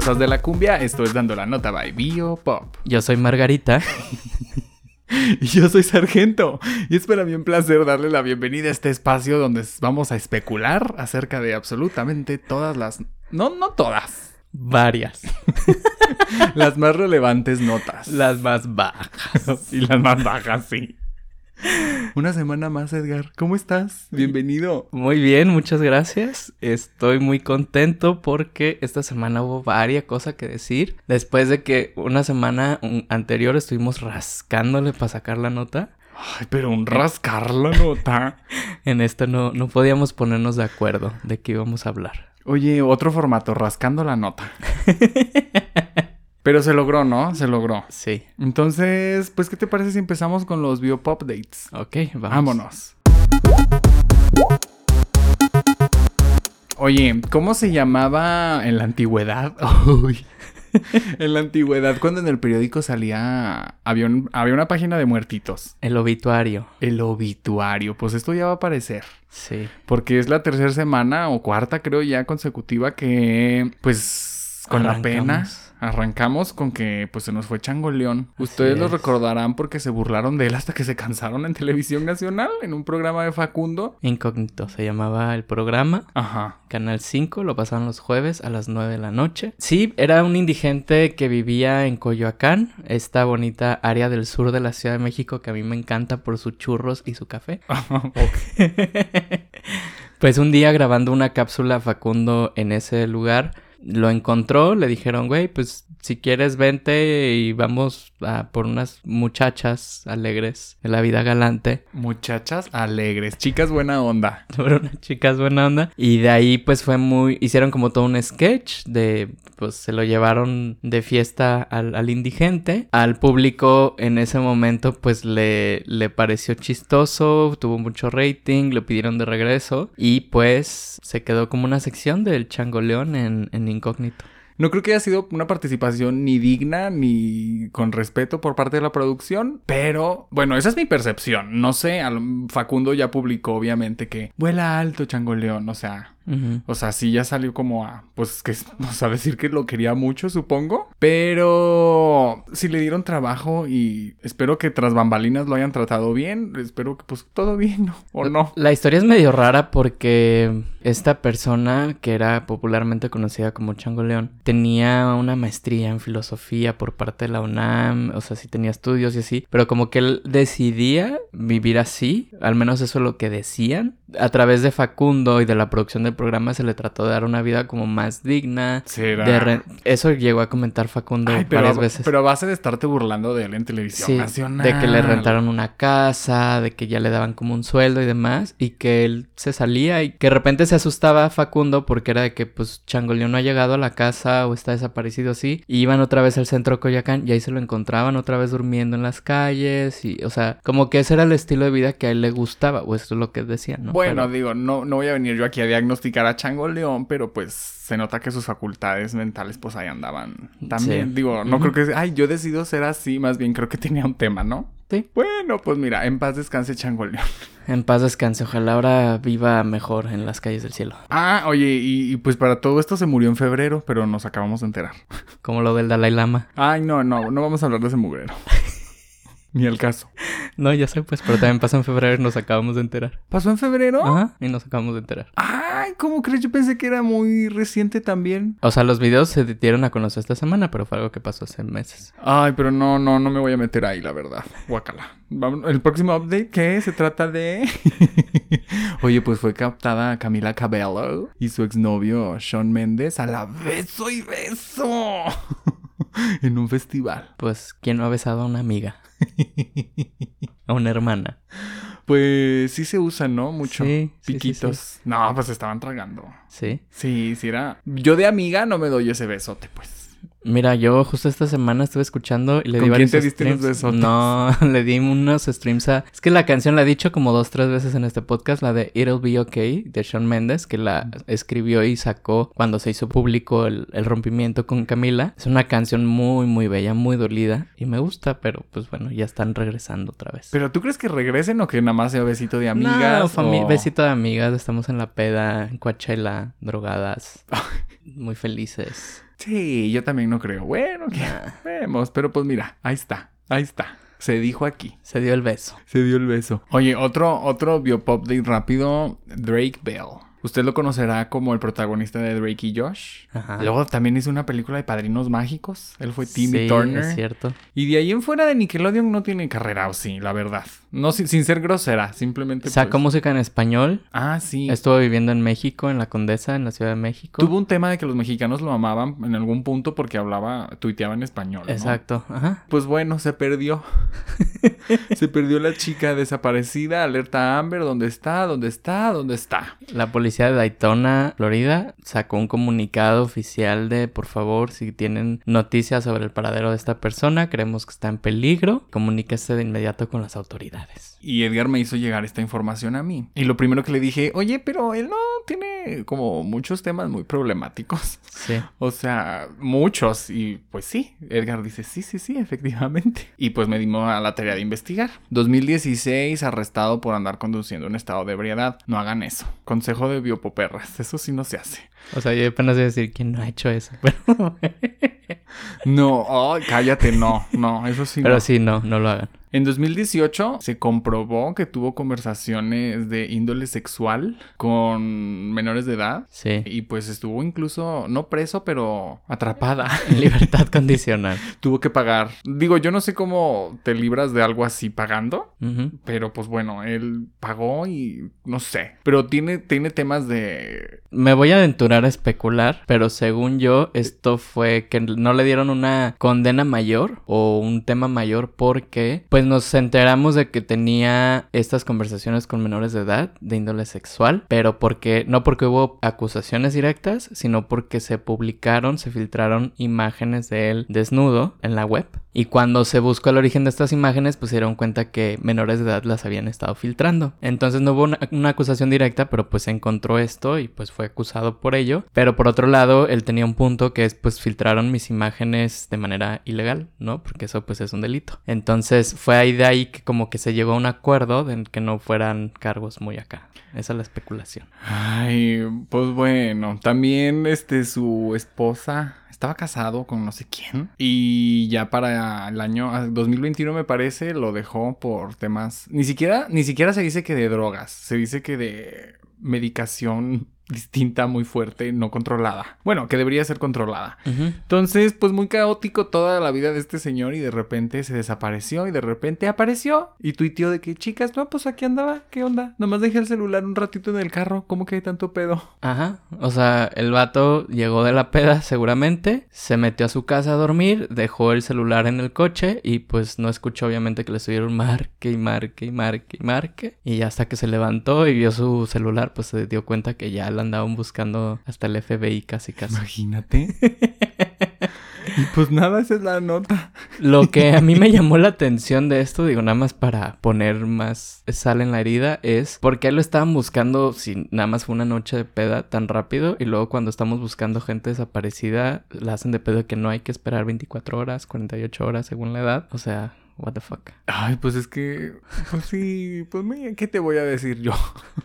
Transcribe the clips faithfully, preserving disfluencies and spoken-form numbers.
diosas de la cumbia. Esto es Dando la Nota by Biopop. Yo soy Margarita. Y yo soy Sargento. Y es para mí un placer darle la bienvenida a este espacio donde vamos a especular acerca de absolutamente todas las... No, no todas. Varias. Las más relevantes notas. Las más bajas. Y las más bajas, sí. Una semana más, Edgar. ¿Cómo estás? Bienvenido. Muy bien, muchas gracias. Estoy muy contento porque esta semana hubo varias cosas que decir. Después de que una semana anterior estuvimos rascándole para sacar la nota. Ay, pero un rascar la nota. En esta no, no podíamos ponernos de acuerdo de qué íbamos a hablar. Oye, otro formato, rascando la nota. Pero se logró, ¿no? Se logró. Sí. Entonces, pues, ¿qué te parece si empezamos con los Biopop Dates? Ok, vamos. Vámonos. Oye, ¿cómo se llamaba en la antigüedad? Uy. En la antigüedad, cuando en el periódico salía... Había, un, había una página de muertitos. El obituario. El obituario. Pues esto ya va a aparecer. Sí. Porque es la tercera semana o cuarta, creo, ya consecutiva que... Pues, con Arrancamos. la pena... Arrancamos con que pues se nos fue Changoleón. Así Ustedes lo es. recordarán porque se burlaron de él hasta que se cansaron en Televisión Nacional, en un programa de Facundo. Incógnito se llamaba el programa. Ajá. Canal cinco, lo pasaban los jueves a las nueve de la noche. Sí, era un indigente que vivía en Coyoacán, esta bonita área del sur de la Ciudad de México que a mí me encanta por sus churros y su café. Okay. Pues un día grabando una cápsula Facundo en ese lugar, lo encontró, le dijeron, güey, pues si quieres vente y vamos a por unas muchachas alegres de la vida galante. Muchachas alegres, chicas buena onda. Por unas chicas buena onda. Y de ahí pues fue muy... Hicieron como todo un sketch de... Pues se lo llevaron de fiesta al, al indigente. Al público en ese momento pues le, le pareció chistoso, tuvo mucho rating, lo pidieron de regreso. Y pues se quedó como una sección del Changoleón en, en Incógnito. No creo que haya sido una participación ni digna ni con respeto por parte de la producción, pero bueno, esa es mi percepción. No sé, Facundo ya publicó obviamente que vuela alto Changoleón, o sea... Uh-huh. O sea, sí ya salió como a... Pues que... O sea, decir que lo quería mucho, supongo. Pero... Sí le dieron trabajo y... Espero que tras bambalinas lo hayan tratado bien. Espero que pues todo bien, ¿no? ¿O no? La historia es medio rara porque... Esta persona que era popularmente conocida como Changoleón tenía una maestría en filosofía por parte de la UNAM. O sea, sí tenía estudios y así. Pero como que él decidía vivir así. Al menos eso es lo que decían. A través de Facundo y de la producción del programa se le trató de dar una vida como más digna. ¿Será? De re- Eso llegó a comentar Facundo Ay, pero, varias veces. Pero a base de estarte burlando de él en Televisión Sí, Nacional. de que le rentaron una casa, de que ya le daban como un sueldo y demás. Y que él se salía y que de repente se asustaba a Facundo porque era de que pues Changoleón no ha llegado a la casa o está desaparecido así. Y iban otra vez al centro de Coyoacán y ahí se lo encontraban otra vez durmiendo en las calles. Y, o sea, como que ese era el estilo de vida que a él le gustaba. O eso es lo que decían, ¿no? Bueno, Pero... digo, no, no voy a venir yo aquí a diagnosticar a Changoleón, pero pues se nota que sus facultades mentales pues ahí andaban también. Sí. Digo, no uh-huh. creo que... Ay, yo decido ser así, más bien creo que tenía un tema, ¿no? Sí. Bueno, pues mira, en paz descanse Changoleón. En paz descanse, ojalá ahora viva mejor en las calles del cielo. Ah, oye, y, y pues para todo esto se murió en febrero, pero nos acabamos de enterar. Como lo del Dalai Lama. Ay, no, no, no vamos a hablar de ese mugrero. Ni el caso. No, ya sé, pues, pero también pasó en febrero y nos acabamos de enterar. ¿Pasó en febrero? Ajá, y nos acabamos de enterar. Ay, ¿cómo crees? Yo pensé que era muy reciente también. O sea, los videos se dieron a conocer esta semana, pero fue algo que pasó hace meses. Ay, pero no, no, no me voy a meter ahí, la verdad. Guácala. El próximo update, ¿qué? Se trata de... Oye, pues fue captada Camila Cabello y su exnovio Shawn Mendes a la beso y beso en un festival. Pues, ¿quién no ha besado a una amiga? A una hermana. Pues sí se usan, ¿no? Mucho. Sí, piquitos. Sí, sí, sí. No, pues estaban tragando. ¿Sí? Sí, sí era... Yo de amiga no me doy ese besote, pues. Mira, yo justo esta semana estuve escuchando y le ¿Con di varios quién te diste streams. los besotes? No, le di unos streams a... Es que la canción la he dicho como dos, tres veces en este podcast, la de It'll Be Okay, de Shawn Mendes, que la escribió y sacó cuando se hizo público el, el rompimiento con Camila. Es una canción muy, muy bella, muy dolida y me gusta, pero pues bueno, ya están regresando otra vez. ¿Pero tú crees que regresen o que nada más sea besito de amigas? No, fami- o... besito de amigas, estamos en la peda, en Coachella, drogadas, muy felices. Sí, yo también no creo. Bueno, que vemos, pero pues mira, ahí está, ahí está. Se dijo aquí. Se dio el beso. Se dio el beso. Oye, otro, otro biopop de rápido, Drake Bell. Usted lo conocerá como el protagonista de Drake y Josh. Ajá. Luego también hizo una película de Padrinos Mágicos. Él fue Timmy sí, Turner. Es cierto. Y de ahí en fuera de Nickelodeon no tiene carrera, o sí, la verdad. No, sin, sin ser grosera, simplemente Sacó pues... música en español. Ah, sí. Estuvo viviendo en México, en la Condesa, en la Ciudad de México. Tuvo un tema de que los mexicanos lo amaban en algún punto porque hablaba, tuiteaba en español, ¿no? Exacto, ajá. Pues bueno, se perdió. Se perdió la chica desaparecida, alerta Amber, ¿dónde está? ¿Dónde está? ¿Dónde está? La policía de Daytona, Florida, sacó un comunicado oficial de, por favor, si tienen noticias sobre el paradero de esta persona, creemos que está en peligro, comuníquese de inmediato con las autoridades. Y Edgar me hizo llegar esta información a mí. Y lo primero que le dije, oye, pero él no tiene como muchos temas muy problemáticos. Sí. O sea, muchos. Y pues sí, Edgar dice, sí, sí, sí, efectivamente. Y pues me dimos a la tarea de investigar. dos mil dieciséis, arrestado por andar conduciendo en estado de ebriedad. No hagan eso. Consejo de biopoperras. Eso sí no se hace. O sea, yo apenas iba a decir quién no ha hecho eso. Pero... no, oh, cállate, no, no, eso sí. Pero no. sí, no, no lo hagan. En dos mil dieciocho se comprobó que tuvo conversaciones de índole sexual con menores de edad. Sí. Y pues estuvo incluso, no preso, pero atrapada. En libertad condicional. Tuvo que pagar. Digo, yo no sé cómo te libras de algo así pagando. Uh-huh. Pero pues bueno, él pagó y no sé. Pero tiene, tiene temas de... Me voy a aventurar a especular, pero según yo, esto fue que no le dieron una condena mayor o un tema mayor porque pues nos enteramos de que tenía estas conversaciones con menores de edad de índole sexual, pero porque no porque hubo acusaciones directas, sino porque se publicaron, se filtraron imágenes de él desnudo en la web. Y cuando se buscó el origen de estas imágenes, pues se dieron cuenta que menores de edad las habían estado filtrando. Entonces no hubo una, una acusación directa, pero pues se encontró esto y pues fue acusado por ello. Pero por otro lado, él tenía un punto que es pues filtraron mis imágenes de manera ilegal, ¿no? Porque eso pues es un delito. Entonces fue ahí de ahí que como que se llegó a un acuerdo de que no fueran cargos muy acá. Esa es la especulación. Ay, pues bueno, también este su esposa estaba casado con no sé quién y ya para el año dos mil veintiuno me parece lo dejó por temas, ni siquiera ni siquiera se dice que de drogas, se dice que de medicación distinta, muy fuerte, no controlada. Bueno, que debería ser controlada. Uh-huh. Entonces, pues muy caótico toda la vida de este señor y de repente se desapareció y de repente apareció y tuiteó de que, chicas, no, pues aquí andaba, ¿qué onda? Nomás dejé el celular un ratito en el carro, ¿cómo que hay tanto pedo? Ajá, o sea, el vato llegó de la peda seguramente, se metió a su casa a dormir, dejó el celular en el coche y pues no escuchó obviamente que le estuvieron marque y marque y marque y marque y ya hasta que se levantó y vio su celular, pues se dio cuenta que ya la andaban buscando hasta el F B I casi casi. Imagínate. Y pues nada, esa es la nota. Lo que a mí me llamó la atención de esto, digo, nada más para poner más sal en la herida, es por qué lo estaban buscando si nada más fue una noche de peda tan rápido y luego cuando estamos buscando gente desaparecida, la hacen de pedo que no hay que esperar veinticuatro horas, cuarenta y ocho horas según la edad. O sea, what the fuck. Ay, pues es que, pues sí, pues mira, ¿qué te voy a decir yo?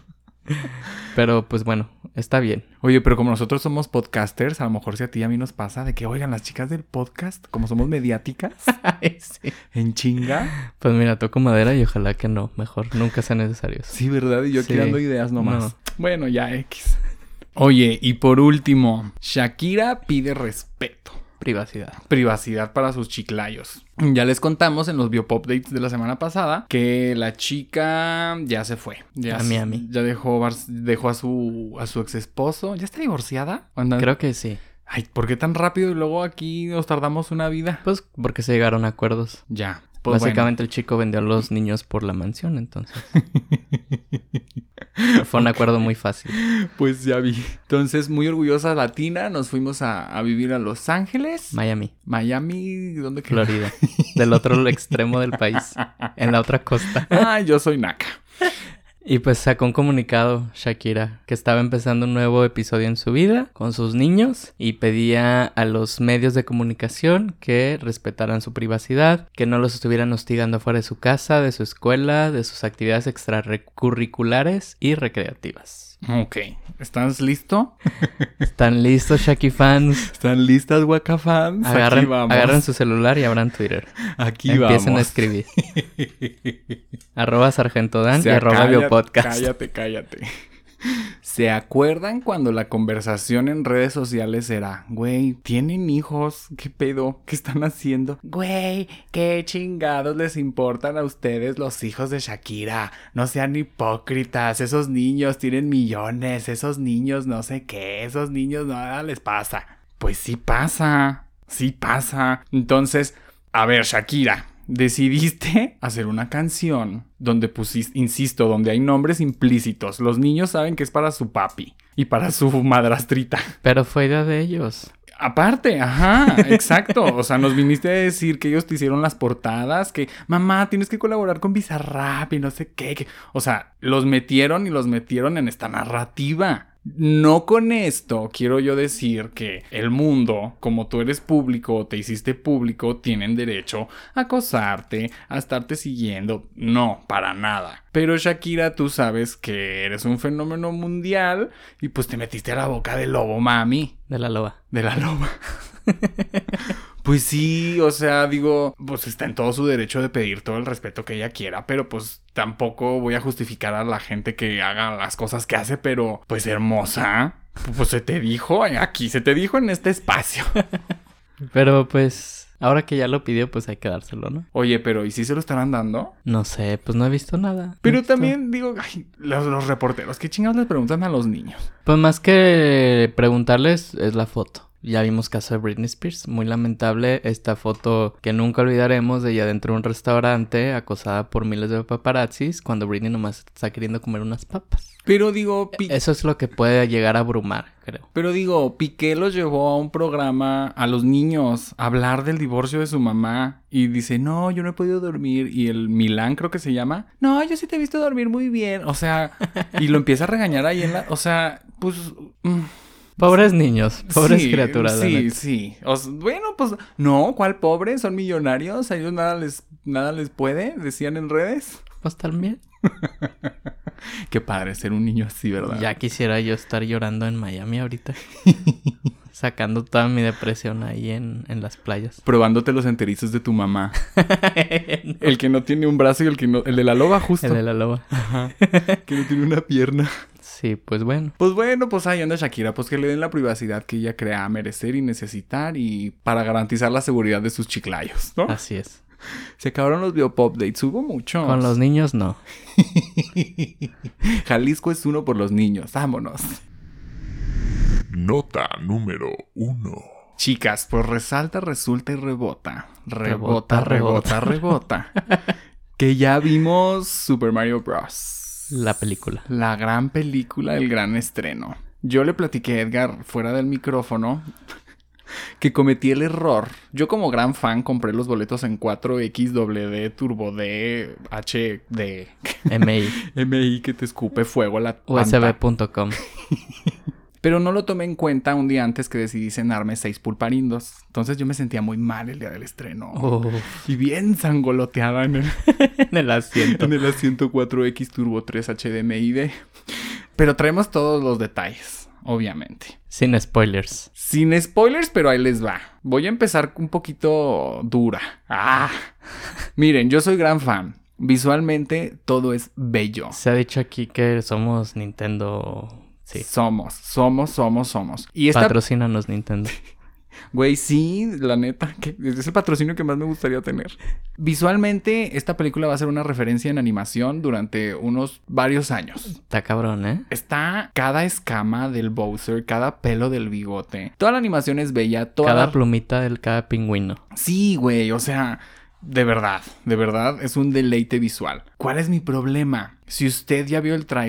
Pero pues bueno, está bien. Oye, pero como nosotros somos podcasters, a lo mejor si a ti y a mí nos pasa de que, oigan, las chicas del podcast, como somos mediáticas, Ay, sí. en chinga. Pues mira, toco madera y ojalá que no, mejor, nunca sean necesarios. Sí, ¿verdad? Y yo Sí. aquí dando ideas nomás. No. Bueno, ya X. Oye, y por último, Shakira pide respeto. Privacidad. Privacidad para sus chiclayos. Ya les contamos en los Biopop Dates de la semana pasada que la chica ya se fue. Ya A Miami. Ya dejó, dejó a su a su ex esposo. ¿Ya está divorciada? ¿Andan? Creo que sí. Ay, ¿por qué tan rápido y luego aquí nos tardamos una vida? Pues porque se llegaron a acuerdos. Ya. Pues Básicamente bueno. el chico vendió a los niños por la mansión, entonces. Fue un acuerdo muy fácil. Pues ya vi. Entonces, muy orgullosa latina, nos fuimos a, a vivir a Los Ángeles. Miami. Miami, ¿dónde queda? Florida. Del otro extremo del país. En la otra costa. Ah, yo soy naca. Y pues sacó un comunicado Shakira que estaba empezando un nuevo episodio en su vida con sus niños y pedía a los medios de comunicación que respetaran su privacidad, que no los estuvieran hostigando fuera de su casa, de su escuela, de sus actividades extracurriculares y recreativas. Ok, ¿estás listo? ¿Están listos, Shaki fans? ¿Están listas, Waka fans? Agarren, Aquí vamos. agarren su celular y abran Twitter. Aquí Empiecen vamos. a escribir. Arroba Sargento Dan sea, y arroba cállate, Biopodcast. Cállate, cállate. ¿Se acuerdan cuando la conversación en redes sociales era, güey, ¿tienen hijos? ¿Qué pedo? ¿Qué están haciendo? Güey, ¿qué chingados les importan a ustedes los hijos de Shakira? No sean hipócritas, esos niños tienen millones, esos niños no sé qué, esos niños nada les pasa. Pues sí pasa, sí pasa. Entonces, a ver, Shakira, decidiste hacer una canción donde pusiste, insisto, donde hay nombres implícitos. Los niños saben que es para su papi y para su madrastrita. Pero fue idea de ellos. Aparte, ajá, exacto. O sea, nos viniste a decir que ellos te hicieron las portadas, que mamá, tienes que colaborar con Bizarrap y no sé qué. Que... O sea, los metieron y los metieron en esta narrativa. No con esto quiero yo decir que el mundo, como tú eres público o te hiciste público, tienen derecho a acosarte, a estarte siguiendo. No, para nada. Pero Shakira, tú sabes que eres un fenómeno mundial y pues te metiste a la boca del lobo, mami. De la loba. De la loba. Pues sí, o sea, digo, pues está en todo su derecho de pedir todo el respeto que ella quiera, pero pues tampoco voy a justificar a la gente que haga las cosas que hace, pero pues hermosa, pues se te dijo aquí, se te dijo en este espacio. Pero pues, ahora que ya lo pidió, pues hay que dárselo, ¿no? Oye, pero ¿y si se lo estarán dando? No sé, pues no he visto nada. Pero No he visto... también digo, ay, los, los reporteros, ¿qué chingados les preguntan a los niños? Pues más que preguntarles, es la foto. Ya vimos caso de Britney Spears. Muy lamentable esta foto que nunca olvidaremos de ella dentro de un restaurante acosada por miles de paparazzis cuando Britney nomás está queriendo comer unas papas. Pero digo... Pi- Eso es lo que puede llegar a abrumar, creo. Pero digo, Piqué los llevó a un programa a los niños a hablar del divorcio de su mamá y dice, no, yo no he podido dormir. Y el Milán creo que se llama, no, yo sí te he visto dormir muy bien. O sea, y lo empieza a regañar ahí en la... O sea, pues... Mm. Pobres niños, pobres sí, criaturas. Sí, sí. O sea, bueno, pues, no, ¿cuál pobre? Son millonarios, a ellos nada les, nada les puede, decían en redes. Pues también. Qué padre ser un niño así, ¿verdad? Ya quisiera yo estar llorando en Miami ahorita. Sacando toda mi depresión ahí en, en las playas. Probándote los enterizos de tu mamá. No. El que no tiene un brazo y el que no... El de la loba, justo. El de la loba. Ajá. Que no tiene una pierna. Sí, pues bueno. Pues bueno, pues ahí anda Shakira. Pues que le den la privacidad que ella crea merecer y necesitar y para garantizar la seguridad de sus chiclayos, ¿no? Así es. Se acabaron los Biopop Dates. Hubo muchos. Con los niños, no. Jalisco es uno por los niños. Vámonos. Nota número uno. Chicas, pues resalta, resulta y rebota. Rebota, Rebota, rebota, rebota. rebota. Que ya vimos Super Mario Bros. La película. La gran película, el gran estreno. Yo le platiqué a Edgar fuera del micrófono que cometí el error. Yo como gran fan compré los boletos en cuatro equis, doble D, Turbo D, H D, M I. M I que te escupe fuego la U S B punto com. Pero no lo tomé en cuenta un día antes que decidí cenarme seis pulparindos. Entonces yo me sentía muy mal el día del estreno. Oh. Y bien sangoloteada en el, en el asiento. en el asiento cuatro equis Turbo tres H D M I D. Pero traemos todos los detalles, obviamente. Sin spoilers. Sin spoilers, pero ahí les va. Voy a empezar un poquito dura. Ah, miren, yo soy gran fan. Visualmente todo es bello. Se ha dicho aquí que somos Nintendo... Sí. Somos, somos, somos, somos. Y esta... Patrocínanos, Nintendo. Güey, sí, la neta, que es el patrocinio que más me gustaría tener. Visualmente, esta película va a ser una referencia en animación durante unos varios años. Está cabrón, ¿eh? Está cada escama del Bowser, cada pelo del bigote. Toda la animación es bella. Toda cada la... plumita del cada pingüino. Sí, güey, o sea... De verdad, de verdad, es un deleite visual. ¿Cuál es mi problema? Si usted ya vio el tráiler,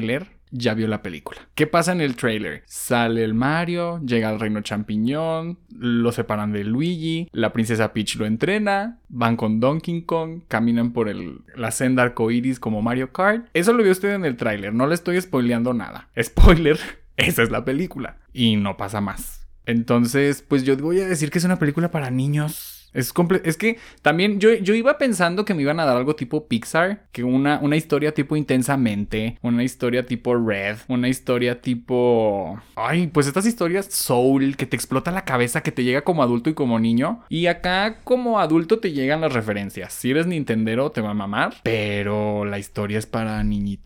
ya vio la película. ¿Qué pasa en el tráiler? Sale el Mario, llega al reino champiñón, lo separan de Luigi, la princesa Peach lo entrena, van con Donkey Kong, caminan por el, la senda arcoiris como Mario Kart. Eso lo vio usted en el tráiler, no le estoy spoileando nada. Spoiler, esa es la película y no pasa más. Entonces, pues yo voy a decir que es una película para niños. Es, comple- es que también yo, yo iba pensando que me iban a dar algo tipo Pixar, que una, una historia tipo Intensamente, una historia tipo Red, una historia tipo... Ay, pues estas historias Soul, que te explota la cabeza, que te llega como adulto y como niño. Y acá como adulto te llegan las referencias. Si eres nintendero te va a mamar, pero la historia es para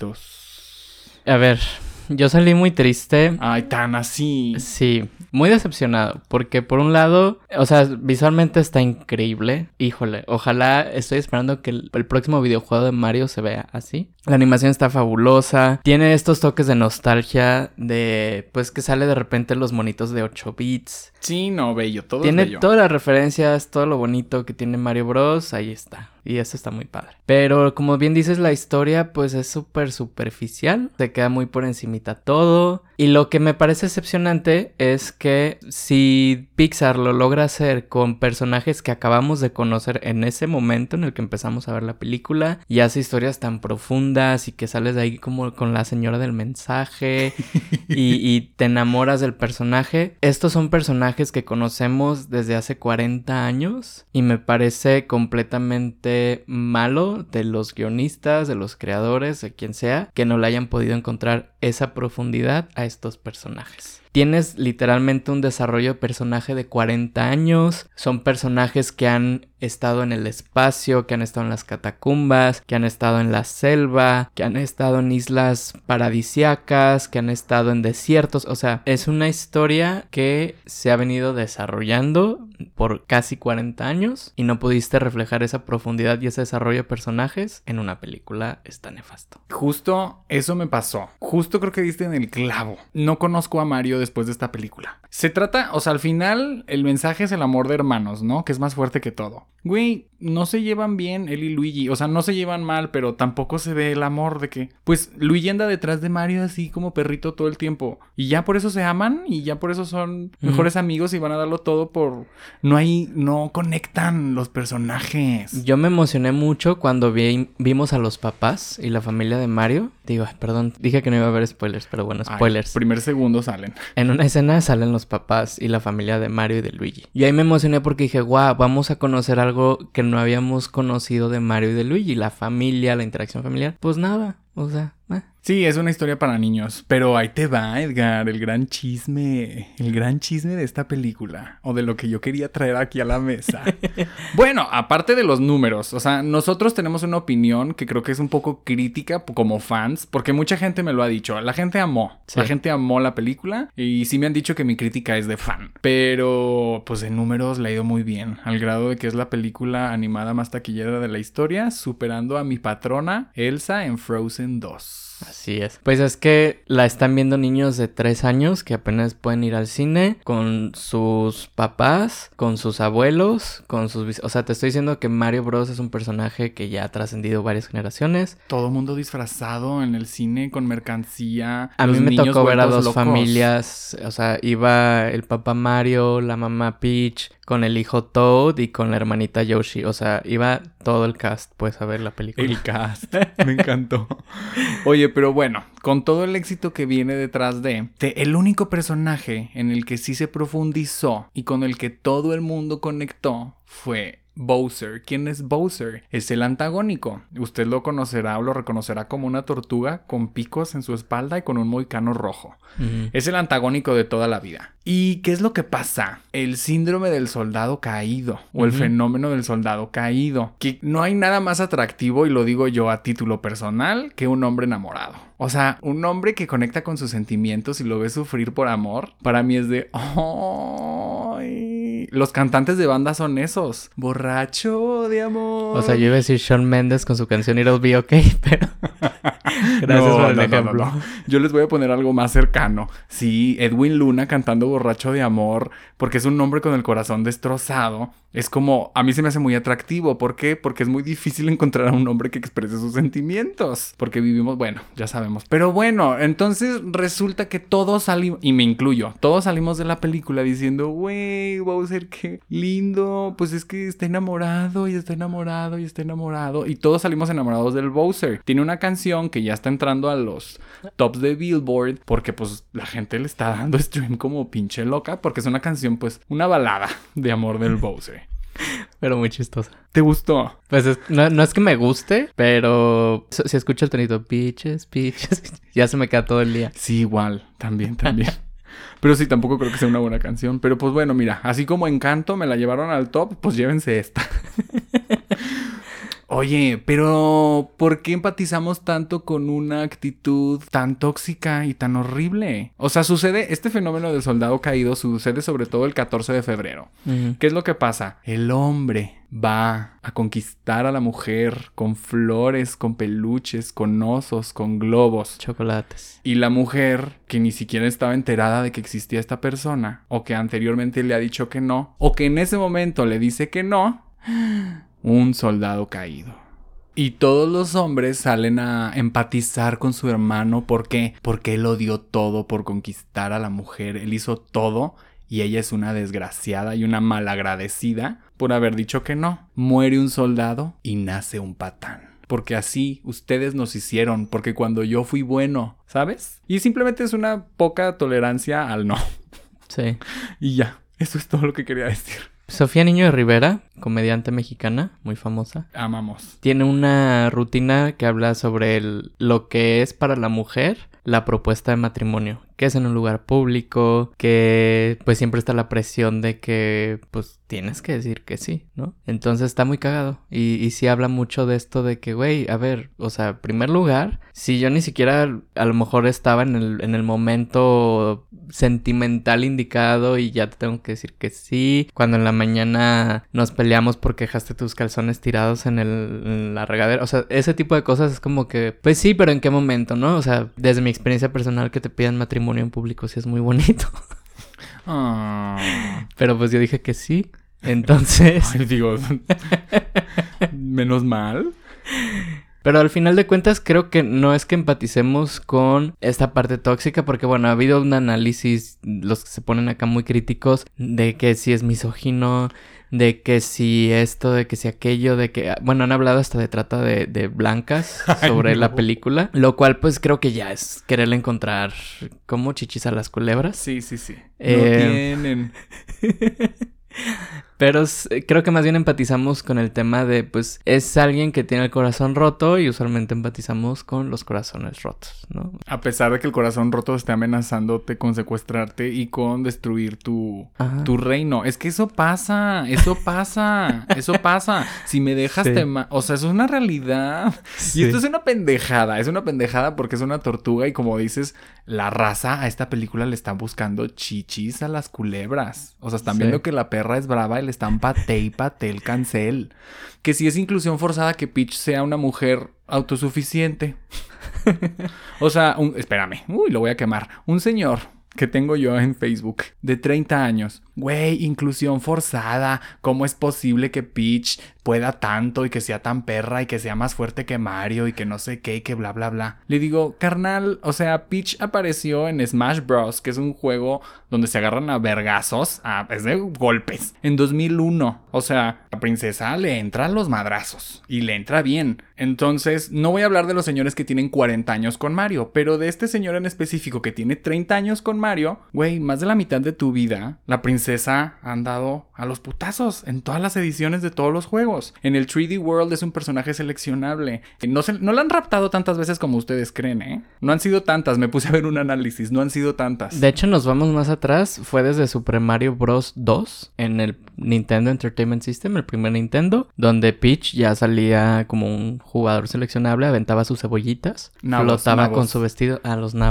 niñitos. A ver, yo salí muy triste. Ay, tan así. Sí, muy decepcionado, porque por un lado, o sea, visualmente está increíble. Híjole, ojalá, estoy esperando que el, el próximo videojuego de Mario se vea así. La animación está fabulosa, tiene estos toques de nostalgia de, pues, que sale de repente los monitos de ocho bits. Sí, no, bello, todo Tiene es bello. todas las referencias, todo lo bonito que tiene Mario Bros, ahí está. Y eso está muy padre. Pero como bien dices, la historia pues es súper superficial. Se queda muy por encimita todo. Y lo que me parece decepcionante es que si Pixar lo logra hacer con personajes que acabamos de conocer en ese momento en el que empezamos a ver la película, y hace historias tan profundas y que sales de ahí como con la señora del mensaje y, y te enamoras del personaje. Estos son personajes que conocemos desde hace cuarenta años y me parece completamente malo de los guionistas, de los creadores, de quien sea, que no le hayan podido encontrar esa profundidad a estos personajes. Tienes literalmente un desarrollo de personaje de cuarenta años. Son personajes que han estado en el espacio, que han estado en las catacumbas, que han estado en la selva, que han estado en islas paradisiacas, que han estado en desiertos. O sea, es una historia que se ha venido desarrollando por casi cuarenta años y no pudiste reflejar esa profundidad y ese desarrollo de personajes en una película. Está nefasto. Justo eso me pasó. Justo creo que diste en el clavo. No conozco a Mario después de esta película. Se trata, o sea, al final el mensaje es el amor de hermanos, ¿no? Que es más fuerte que todo. Güey, no se llevan bien él y Luigi. O sea, no se llevan mal, pero tampoco se ve el amor de que... Pues Luigi anda detrás de Mario así como perrito todo el tiempo. Y ya por eso se aman y ya por eso son mejores mm. amigos y van a darlo todo por... No hay... No conectan los personajes. Yo me emocioné mucho cuando vi, vimos a los papás y la familia de Mario. Digo, perdón, dije que no iba a haber spoilers, pero bueno, spoilers. Ay, primer segundo salen. En una escena salen los papás y la familia de Mario y de Luigi. Y ahí me emocioné porque dije, guau, vamos a conocer algo que no habíamos conocido de Mario y de Luigi. La familia, la interacción familiar. Pues nada, o sea... Eh. Sí, es una historia para niños, pero ahí te va, Edgar, el gran chisme, el gran chisme de esta película, o de lo que yo quería traer aquí a la mesa. Bueno, aparte de los números, o sea, nosotros tenemos una opinión que creo que es un poco crítica como fans, porque mucha gente me lo ha dicho, la gente amó, sí. la gente amó la película, y sí me han dicho que mi crítica es de fan, pero pues en números le ha ido muy bien, al grado de que es la película animada más taquillera de la historia, superando a mi patrona Elsa en Frozen dos. Así es. Pues es que la están viendo niños de tres años que apenas pueden ir al cine con sus papás, con sus abuelos, con sus... O sea, te estoy diciendo que Mario Bros. Es un personaje que ya ha trascendido varias generaciones. Todo mundo disfrazado en el cine con mercancía. A mí me tocó ver a dos locos. familias. O sea, iba el papá Mario, la mamá Peach, con el hijo Toad y con la hermanita Yoshi. O sea, iba todo el cast, pues, a ver la película. El cast. Me encantó. Oye, pero bueno, con todo el éxito que viene detrás de, de... El único personaje en el que sí se profundizó y con el que todo el mundo conectó fue... Bowser. ¿Quién es Bowser? Es el antagónico. Usted lo conocerá o lo reconocerá como una tortuga con picos en su espalda y con un moicano rojo. Uh-huh. Es el antagónico de toda la vida. ¿Y qué es lo que pasa? El síndrome del soldado caído o uh-huh. el fenómeno del soldado caído. Que no hay nada más atractivo, y lo digo yo a título personal, que un hombre enamorado. O sea, un hombre que conecta con sus sentimientos y lo ve sufrir por amor, para mí es de... ¡Oh! Los cantantes de banda son esos. Borracho de amor. O sea, yo iba a decir Shawn Mendes con su canción It'll Be Okay, pero... Gracias No, por el no, no, ejemplo. no, no. Yo les voy a poner algo más cercano. Sí, Edwin Luna cantando Borracho de Amor, porque es un hombre con el corazón destrozado. Es como, a mí se me hace muy atractivo. ¿Por qué? Porque es muy difícil encontrar a un hombre que exprese sus sentimientos. Porque vivimos, bueno, ya sabemos. Pero bueno, entonces resulta que todos salimos, y me incluyo, todos salimos de la película diciendo, güey, Bowser, qué lindo. Pues es que está enamorado y está enamorado y está enamorado. Y todos salimos enamorados del Bowser. Tiene una canción que ya está entrando a los tops de Billboard porque pues la gente le está dando stream como pinche loca. Porque es una canción, pues, una balada de amor del Bowser. Pero muy chistosa. ¿Te gustó? Pues es- no, no es que me guste, pero si si escucho el tonito, bitches, bitches, ya se me queda todo el día. Sí, igual. También, también. Pero sí, tampoco creo que sea una buena canción. Pero pues bueno, mira, así como Encanto me la llevaron al top, pues llévense esta. Oye, pero ¿por qué empatizamos tanto con una actitud tan tóxica y tan horrible? O sea, sucede, este fenómeno del soldado caído sucede sobre todo el catorce de febrero. Ujú. ¿Qué es lo que pasa? El hombre va a conquistar a la mujer con flores, con peluches, con osos, con globos. Chocolates. Y la mujer, que ni siquiera estaba enterada de que existía esta persona, o que anteriormente le ha dicho que no, o que en ese momento le dice que no, un soldado caído. Y todos los hombres salen a empatizar con su hermano. ¿Por qué? Porque él lo dio todo por conquistar a la mujer. Él hizo todo y ella es una desgraciada y una malagradecida por haber dicho que no. Muere un soldado y nace un patán. Porque así ustedes nos hicieron. Porque cuando yo fui bueno, ¿sabes? Y simplemente es una poca tolerancia al no. Sí. Y ya, eso es todo lo que quería decir. Sofía Niño de Rivera, comediante mexicana, muy famosa, Amamos. tiene una rutina que habla sobre el- lo que es para la mujer la propuesta de matrimonio, que es en un lugar público, que pues siempre está la presión de que pues tienes que decir que sí, ¿no? Entonces está muy cagado y, y sí habla mucho de esto de que, güey, a ver, o sea, en primer lugar, si yo ni siquiera a lo mejor estaba en el, en el momento sentimental indicado y ya te tengo que decir que sí, cuando en la mañana nos peleamos porque dejaste tus calzones tirados en, el, en la regadera, o sea, ese tipo de cosas es como que, pues sí, pero ¿en qué momento, no? O sea, desde mi experiencia personal que te pidan matrimonio en público sí es muy bonito, Ah. pero pues yo dije que sí, entonces... Ay, digo, menos mal. Pero al final de cuentas creo que no es que empaticemos con esta parte tóxica porque bueno, ha habido un análisis, los que se ponen acá muy críticos, de que si es misógino, de que si esto, de que si aquello, de que... Bueno, han hablado hasta de trata de, de blancas sobre Ay, no. la película, lo cual pues creo que ya es quererle encontrar como chichis a las culebras. Sí, sí, sí. Eh, No tienen. Pero s- creo que más bien empatizamos con el tema de, pues, es alguien que tiene el corazón roto y usualmente empatizamos con los corazones rotos, ¿no? A pesar de que el corazón roto esté amenazándote con secuestrarte y con destruir tu, Ajá. tu reino. Es que eso pasa, eso pasa, eso pasa. Si me dejas Sí. te ma- O sea, eso es una realidad. Sí. Y esto es una pendejada. Es una pendejada porque es una tortuga y como dices, la raza a esta película le están buscando chichis a las culebras. O sea, están Sí. viendo que la perra es brava y le están pate y pate el cancel. Que si es inclusión forzada que Peach sea una mujer autosuficiente. O sea, un, espérame. Uy, lo voy a quemar. Un señor que tengo yo en Facebook de treinta años. Güey, inclusión forzada. ¿Cómo es posible que Peach pueda tanto y que sea tan perra y que sea más fuerte que Mario y que no sé qué y que bla bla bla? Le digo, carnal, o sea, Peach apareció en Smash Bros, que es un juego donde se agarran a vergazos, a, es de golpes, en dos mil uno. O sea, la princesa le entra a los madrazos y le entra bien. Entonces, no voy a hablar de los señores que tienen cuarenta años con Mario, pero de este señor en específico que tiene treinta años con Mario, güey, más de la mitad de tu vida, la princesa ha andado a los putazos en todas las ediciones de todos los juegos. En el tres D World es un personaje seleccionable. No, se, no la han raptado tantas veces como ustedes creen, ¿eh? No han sido tantas, me puse a ver un análisis, no han sido tantas. De hecho, nos vamos más atrás. Fue desde Super Mario Bros. dos en el Nintendo Entertainment System, el primer Nintendo, donde Peach ya salía como un jugador seleccionable, aventaba sus cebollitas, Nabos, flotaba nabos. con su vestido a los nabos.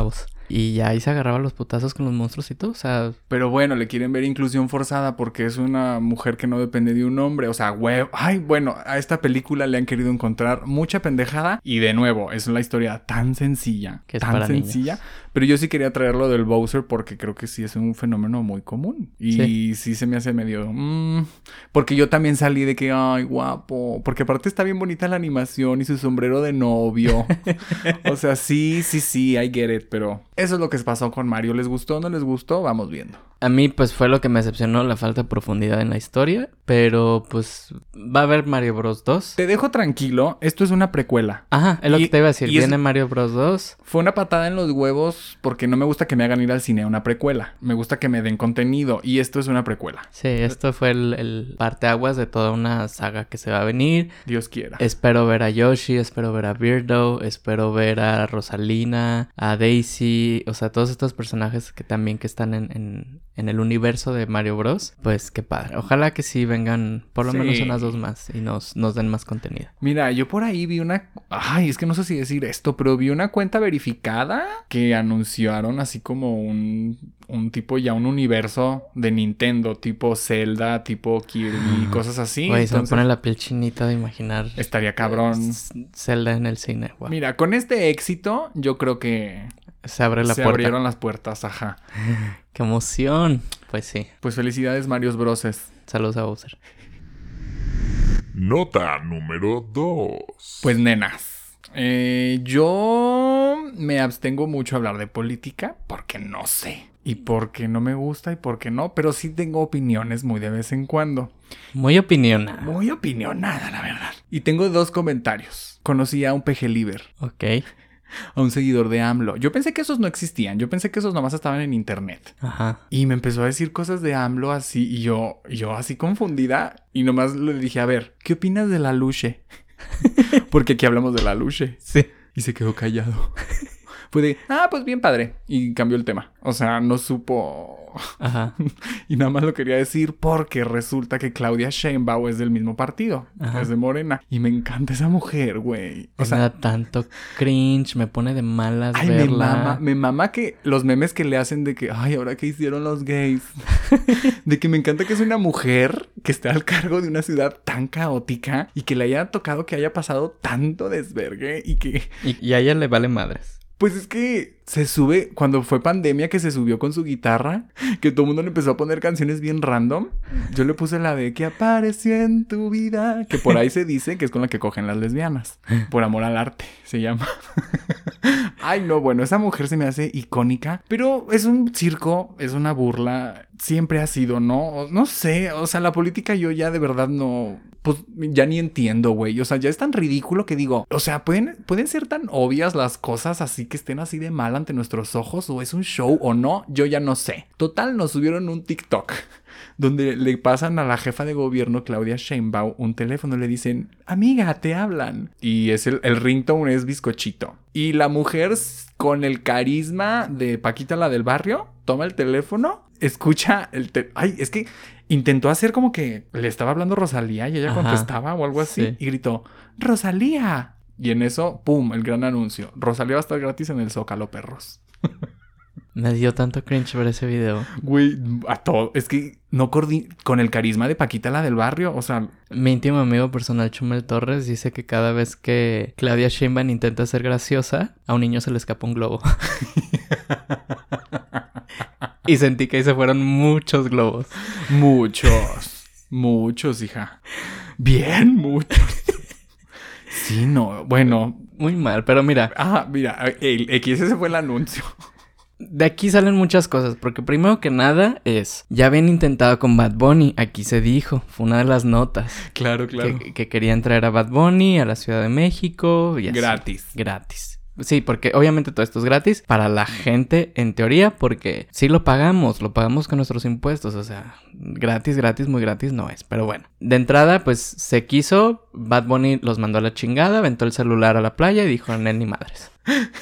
Y ya ahí se agarraba los putazos con los monstruos y todo, o sea... Pero bueno, le quieren ver inclusión forzada porque es una mujer que no depende de un hombre. O sea, güey, ay, bueno, a esta película le han querido encontrar mucha pendejada. Y de nuevo, es una historia tan sencilla, que es tan para sencilla. niños. Pero yo sí quería traerlo del Bowser porque creo que sí es un fenómeno muy común. Y sí, sí se me hace medio... Mmm, porque yo también salí de que, ay, guapo. Porque aparte está bien bonita la animación y su sombrero de novio. O sea, sí, sí, sí, I get it. Pero eso es lo que pasó con Mario. ¿Les gustó o no les gustó? Vamos viendo. A mí, pues, fue lo que me decepcionó, la falta de profundidad en la historia. Pero, pues, va a haber Mario Bros. dos. Te dejo tranquilo. Esto es una precuela. Ajá, es lo y, que te iba a decir. Viene es... Mario Bros. dos. Fue una patada en los huevos porque no me gusta que me hagan ir al cine a una precuela. Me gusta que me den contenido. Y esto es una precuela. Sí, esto fue el, el parteaguas de toda una saga que se va a venir. Dios quiera. Espero ver a Yoshi, espero ver a Birdo, espero ver a Rosalina, a Daisy. O sea, todos estos personajes que también que están en... en... en el universo de Mario Bros. Pues qué padre. Ojalá que sí vengan por lo sí. menos unas dos más y nos, nos den más contenido. Mira, yo por ahí vi una... Ay, es que no sé si decir esto, pero vi una cuenta verificada que anunciaron así como un... un tipo ya un universo de Nintendo, tipo Zelda, tipo Kirby, cosas así. Güey, se me pone la piel chinita de imaginar. Estaría cabrón. Zelda en el cine, wow. Mira, con este éxito, yo creo que... Se abre la se puerta. Se abrieron las puertas, ajá. ¡Qué emoción! Pues sí. Pues felicidades, Marios Broses. Saludos a Bowser. Nota número dos. Pues nenas, eh, yo me abstengo mucho a hablar de política porque no sé. Y porque no me gusta y porque no, pero sí tengo opiniones muy de vez en cuando. Muy opinionada. Muy opinionada, la verdad. Y tengo dos comentarios. Conocí a un pejeliver. Ok. A un seguidor de AMLO. Yo pensé que esos no existían. Yo pensé que esos nomás estaban en internet. Ajá. Y me empezó a decir cosas de AMLO así. Y yo, yo así confundida. Y nomás le dije, a ver, ¿qué opinas de la Luche? Porque aquí hablamos de la Luche. Sí. Y se quedó callado. Fue de, ah, pues bien padre. Y cambió el tema. O sea, no supo... Ajá. Y nada más lo quería decir porque resulta que Claudia Sheinbaum es del mismo partido. Ajá. Es de Morena. Y me encanta esa mujer, güey. O sea, me da tanto cringe. Me pone de malas ay, verla. me mama. Me mama que los memes que le hacen de que, ay, ahora qué hicieron los gays. De que me encanta que es una mujer que esté al cargo de una ciudad tan caótica y que le haya tocado que haya pasado tanto desvergue y que... Y, y a ella le vale madres. Pues es que se sube, cuando fue pandemia que se subió con su guitarra, que todo el mundo le empezó a poner canciones bien random. Yo le puse la de que apareció en tu vida, que por ahí se dice que es con la que cogen las lesbianas. Por amor al arte, se llama. Ay, no, bueno, esa mujer se me hace icónica, pero es un circo, es una burla, siempre ha sido, ¿no? No sé, o sea, la política yo ya de verdad no... Pues ya ni entiendo, güey. O sea, ya es tan ridículo que digo... O sea, ¿pueden, ¿pueden ser tan obvias las cosas así que estén así de mal ante nuestros ojos? ¿O es un show o no? Yo ya no sé. Total, nos subieron un TikTok donde le pasan a la jefa de gobierno, Claudia Sheinbaum, un teléfono y le dicen... Amiga, te hablan. Y es el, el ringtone es bizcochito. Y la mujer con el carisma de Paquita, la del barrio, toma el teléfono, escucha el... Te- Ay, es que... Intentó hacer como que le estaba hablando Rosalía y ella Ajá, contestaba o algo así. Sí. Y gritó, ¡Rosalía! Y en eso, ¡pum! El gran anuncio. Rosalía va a estar gratis en el Zócalo, perros. Me dio tanto cringe ver ese video. Güey, a todo. Es que no coordi- con el carisma de Paquita, la del barrio. O sea... Mi íntimo amigo personal, Chumel Torres, dice que cada vez que Claudia Sheinbaum intenta ser graciosa, a un niño se le escapa un globo. Y sentí que ahí se fueron muchos globos. Muchos. Muchos, hija. Bien, muchos. Sí, no. Bueno. Muy mal, pero mira. Ah, mira. El X, ese fue el anuncio. De aquí salen muchas cosas, porque primero que nada es... Ya habían intentado con Bad Bunny, aquí se dijo. Fue una de las notas. Claro, claro. Que, que querían traer a Bad Bunny a la Ciudad de México. Y así. Gratis. Gratis. Sí, porque obviamente todo esto es gratis para la gente, en teoría, porque sí lo pagamos, lo pagamos con nuestros impuestos, o sea, gratis, gratis, muy gratis no es, pero bueno. De entrada, pues se quiso, Bad Bunny los mandó a la chingada, aventó el celular a la playa y dijo, "Nen ni madres".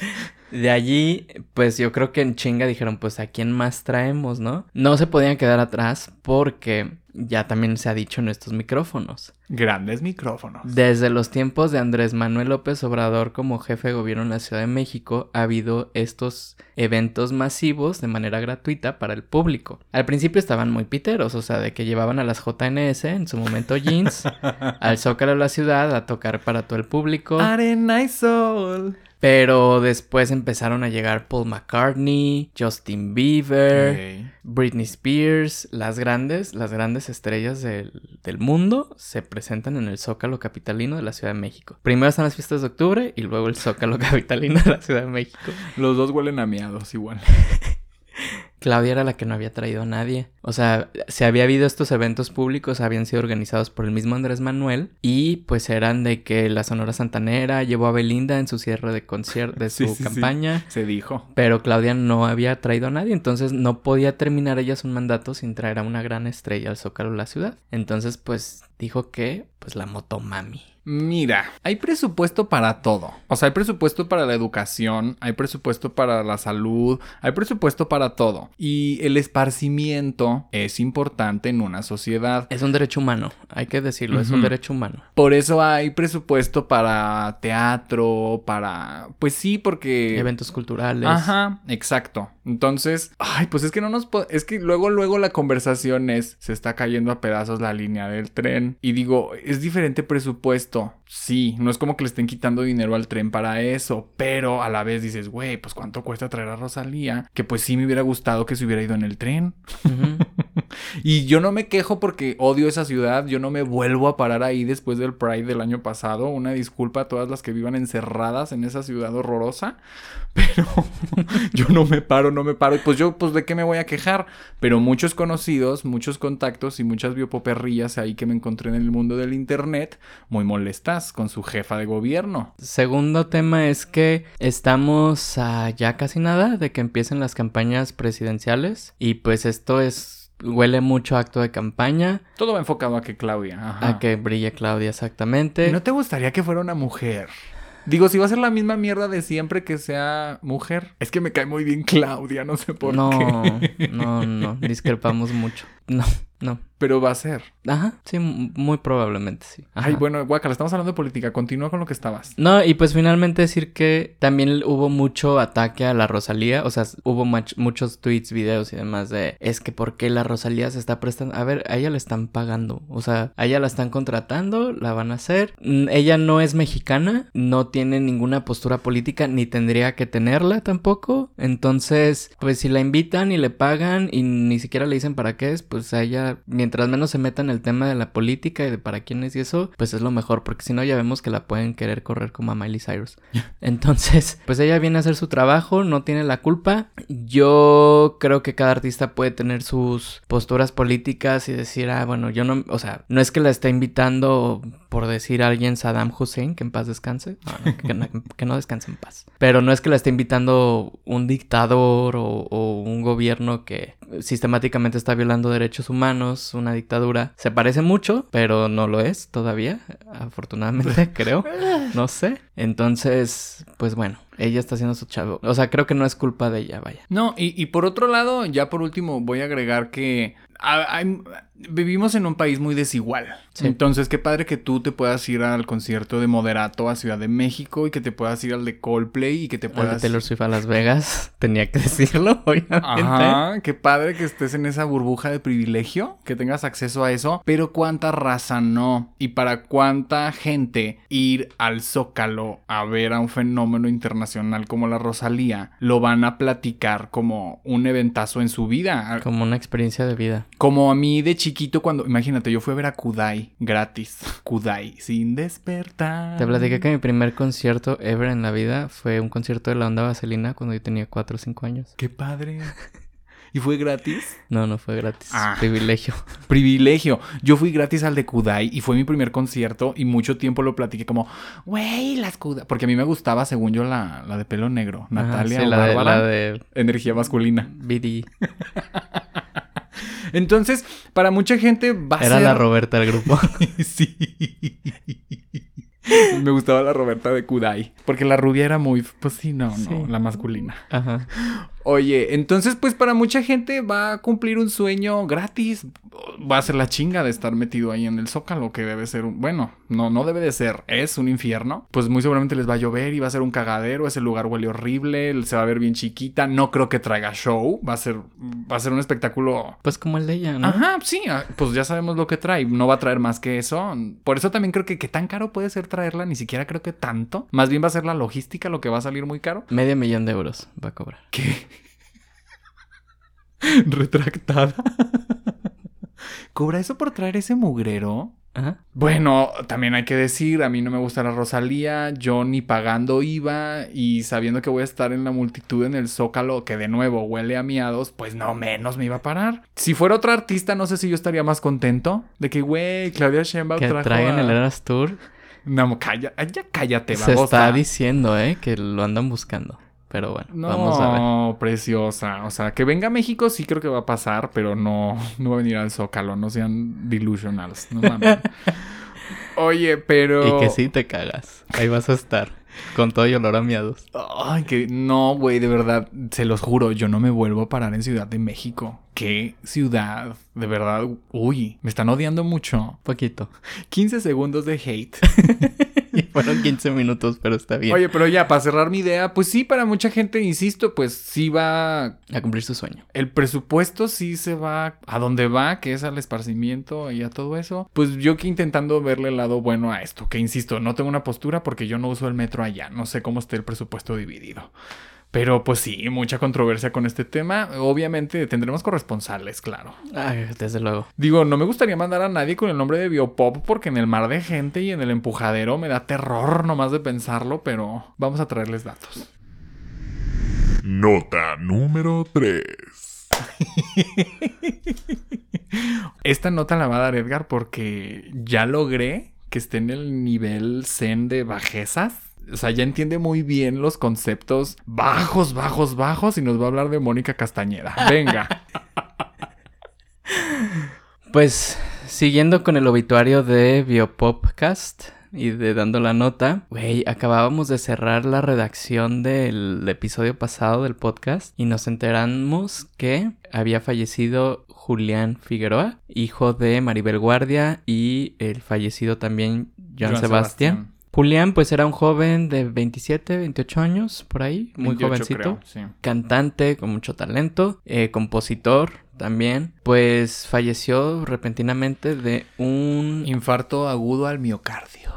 De allí, pues yo creo que en chinga dijeron, pues ¿a quién más traemos, no? No se podían quedar atrás porque ya también se ha dicho en estos micrófonos. Grandes micrófonos. Desde los tiempos de Andrés Manuel López Obrador como jefe de gobierno en la Ciudad de México, ha habido estos eventos masivos de manera gratuita para el público. Al principio estaban muy piteros, o sea, de que llevaban a las J N S, en su momento jeans, al Zócalo de la ciudad a tocar para todo el público. Arena y sol. Pero después empezaron a llegar Paul McCartney, Justin Bieber, Okay. Britney Spears, las grandes, las grandes estrellas del, del mundo se presentan en el Zócalo capitalino de la Ciudad de México. Primero están las fiestas de octubre y luego el Zócalo capitalino de la Ciudad de México. Los dos huelen a miados igual. Claudia era la que no había traído a nadie. O sea, se había habido estos eventos públicos, habían sido organizados por el mismo Andrés Manuel y pues eran de que la Sonora Santanera llevó a Belinda en su cierre de concierto de su Sí, sí, campaña. sí. Se dijo. Pero Claudia no había traído a nadie, entonces no podía terminar ella su mandato sin traer a una gran estrella al Zócalo de la ciudad. Entonces, pues, dijo que, pues, la Motomami. Mira, hay presupuesto para todo. O sea, hay presupuesto para la educación, hay presupuesto para la salud, hay presupuesto para todo. Y el esparcimiento es importante en una sociedad. Es un derecho humano, hay que decirlo, Uh-huh. es un derecho humano. Por eso hay presupuesto para teatro, para... Pues sí, porque... Eventos culturales. Ajá, exacto. Entonces, ay, pues es que no nos... po- Es que luego, luego la conversación es... Se está cayendo a pedazos la línea del tren. Y digo, es diferente presupuesto. Sí, no es como que le estén quitando dinero al tren para eso. Pero a la vez dices, güey, pues ¿cuánto cuesta traer a Rosalía? Que pues sí me hubiera gustado que se hubiera ido en el tren. Ujú. Y yo no me quejo porque odio esa ciudad. Yo no me vuelvo a parar ahí después del Pride del año pasado. Una disculpa a todas las que vivan encerradas en esa ciudad horrorosa. Pero yo no me paro, no me paro. Y pues yo, pues ¿de qué me voy a quejar? Pero muchos conocidos, muchos contactos y muchas biopoperrillas ahí que me encontré en el mundo del internet, muy molestas con su jefa de gobierno. Segundo tema es que estamos a ya casi nada de que empiecen las campañas presidenciales y pues esto es huele mucho a acto de campaña, Todo va enfocado a que Claudia. Ajá. a que brille Claudia exactamente. ¿No te gustaría que fuera una mujer? Digo, si va a ser la misma mierda de siempre que sea mujer. Es que me cae muy bien Claudia, no sé por no, qué. no, no, discrepamos mucho. No, no. Pero va a ser. Ajá, sí, m- muy probablemente sí. Ajá. Ay, bueno, guácala, estamos hablando de política. Continúa con lo que estabas. No, y pues finalmente decir que también hubo mucho ataque a la Rosalía, o sea, hubo mach- muchos tweets, videos y demás de, es que ¿por qué la Rosalía se está prestando? A ver, a ella le están pagando, o sea, a ella la están contratando, la van a hacer. Mm, Ella no es mexicana, no tiene ninguna postura política, ni tendría que tenerla tampoco, entonces, pues si la invitan y le pagan y ni siquiera le dicen para qué es, pues a ella, mientras menos se meta en el tema de la política y de para quién es y eso, pues es lo mejor, porque si no ya vemos que la pueden querer correr como a Miley Cyrus. Entonces, pues ella viene a hacer su trabajo, no tiene la culpa. Yo creo que cada artista puede tener sus posturas políticas y decir, ah, bueno, yo no, o sea, no es que la esté invitando por decir a alguien Saddam Hussein, que en paz descanse, no, no, que, no, que no descanse en paz. Pero no es que la esté invitando un dictador o, o un gobierno que sistemáticamente está violando derechos humanos, una dictadura. Se parece mucho, pero no lo es todavía, afortunadamente, creo. No sé. Entonces, pues bueno, ella está haciendo su chavo. O sea, creo que no es culpa de ella, vaya. No, y, y por otro lado, ya por último, voy a agregar que a- hay- vivimos en un país muy desigual. Sí. Entonces, qué padre que tú te puedas ir al concierto de Moderato a Ciudad de México y que te puedas ir al de Coldplay y que te Al de puedas... Taylor Swift a Las Vegas, tenía que decirlo, obviamente. Ajá, qué padre que estés en esa burbuja de privilegio, que tengas acceso a eso, pero cuánta raza no, y para cuánta gente ir al Zócalo a ver a un fenómeno internacional como la Rosalía, lo van a platicar como un eventazo en su vida, Como una experiencia de vida. como a mí de chiquito cuando, imagínate, yo fui a ver a Kudai gratis, Kudai sin despertar. Te platiqué que mi primer concierto ever en la vida fue un concierto de la Onda Vaselina cuando yo tenía cuatro o cinco años. Qué padre. ¿Y fue gratis? No, no fue gratis. Ah. Privilegio. Privilegio. Yo fui gratis al de Kudai y fue mi primer concierto y mucho tiempo lo platiqué como, güey, las Kudai. Porque a mí me gustaba, según yo, la, la de pelo negro. Natalia Ajá, sí, o la de, Bárbara. la de Energía masculina. B D. Entonces, para mucha gente va a Era ser... la Roberta del grupo. Sí. Me gustaba la Roberta de Kudai. Porque la rubia era muy... Pues sí, no, Sí. no, la masculina. Ajá. Oye, entonces pues para mucha gente va a cumplir un sueño gratis. Va a ser la chinga de estar metido ahí en el Zócalo, que debe ser un... Bueno, no, no debe de ser, es un infierno. Pues muy seguramente les va a llover y va a ser un cagadero. Ese lugar huele horrible, se va a ver bien chiquita. No creo que traiga show, va a ser, va a ser un espectáculo... Pues como el de ella, ¿no? Ajá, sí, pues ya sabemos lo que trae. No va a traer más que eso. Por eso también creo que qué tan caro puede ser traerla. Ni siquiera creo que tanto. Más bien va a ser la logística lo que va a salir muy caro. Medio millón de euros va a cobrar. ¿Qué? Retractada. ¿Cobra eso por traer ese mugrero? Ajá. Bueno, también hay que decir, a mí no me gusta la Rosalía, yo ni pagando iba y sabiendo que voy a estar en la multitud en el Zócalo, que de nuevo huele a miados, pues no menos me iba a parar. Si fuera otra artista, no sé si yo estaría más contento de que, güey, Claudia Sheinbaum Que trajo traigan a... el Eras Tour. No, calla, ya cállate, Se babosa. está diciendo, ¿eh? Que lo andan buscando. Pero bueno, No, vamos a ver. No, preciosa. O sea, que venga a México sí creo que va a pasar, pero no, no va a venir al Zócalo. No sean delusionals. No mames. Oye, pero... Y que sí te cagas. Ahí vas a estar. Con todo y olor a miados. Ay, que no, güey, de verdad, se los juro, yo no me vuelvo a parar en Ciudad de México. ¿Qué ciudad? De verdad, uy, me están odiando mucho. Poquito. quince segundos de hate. Y fueron quince minutos, pero está bien. Oye, pero ya, para cerrar mi idea, pues sí, para mucha gente, insisto, pues sí va... A cumplir su sueño. El presupuesto sí se va a donde va, que es al esparcimiento y a todo eso. Pues yo que intentando verle el lado bueno a esto, que insisto, no tengo una postura porque yo no uso el metro allá. No sé cómo esté el presupuesto dividido. Pero pues sí, mucha controversia con este tema. Obviamente tendremos corresponsales, claro. Ay, desde luego. Digo, no me gustaría mandar a nadie con el nombre de Biopop porque en el mar de gente y en el empujadero me da terror nomás de pensarlo, pero vamos a traerles datos. Nota número tres. Esta nota la va a dar Edgar porque ya logré que esté en el nivel zen de bajezas. O sea, ya entiende muy bien los conceptos bajos, bajos, bajos y nos va a hablar de Mónica Castañeda. Venga. Pues, siguiendo con el obituario de Biopopcast y de dando la nota, güey, acabábamos de cerrar la redacción del episodio pasado del podcast y nos enteramos que había fallecido Julián Figueroa, hijo de Maribel Guardia, y el fallecido también Joan Sebastián. Sebastián. Julián, pues era un joven de veintisiete, veintiocho años, por ahí, muy veintiocho, jovencito. creo, sí. Cantante con mucho talento, eh, compositor también. Pues falleció repentinamente de un... infarto agudo al miocardio.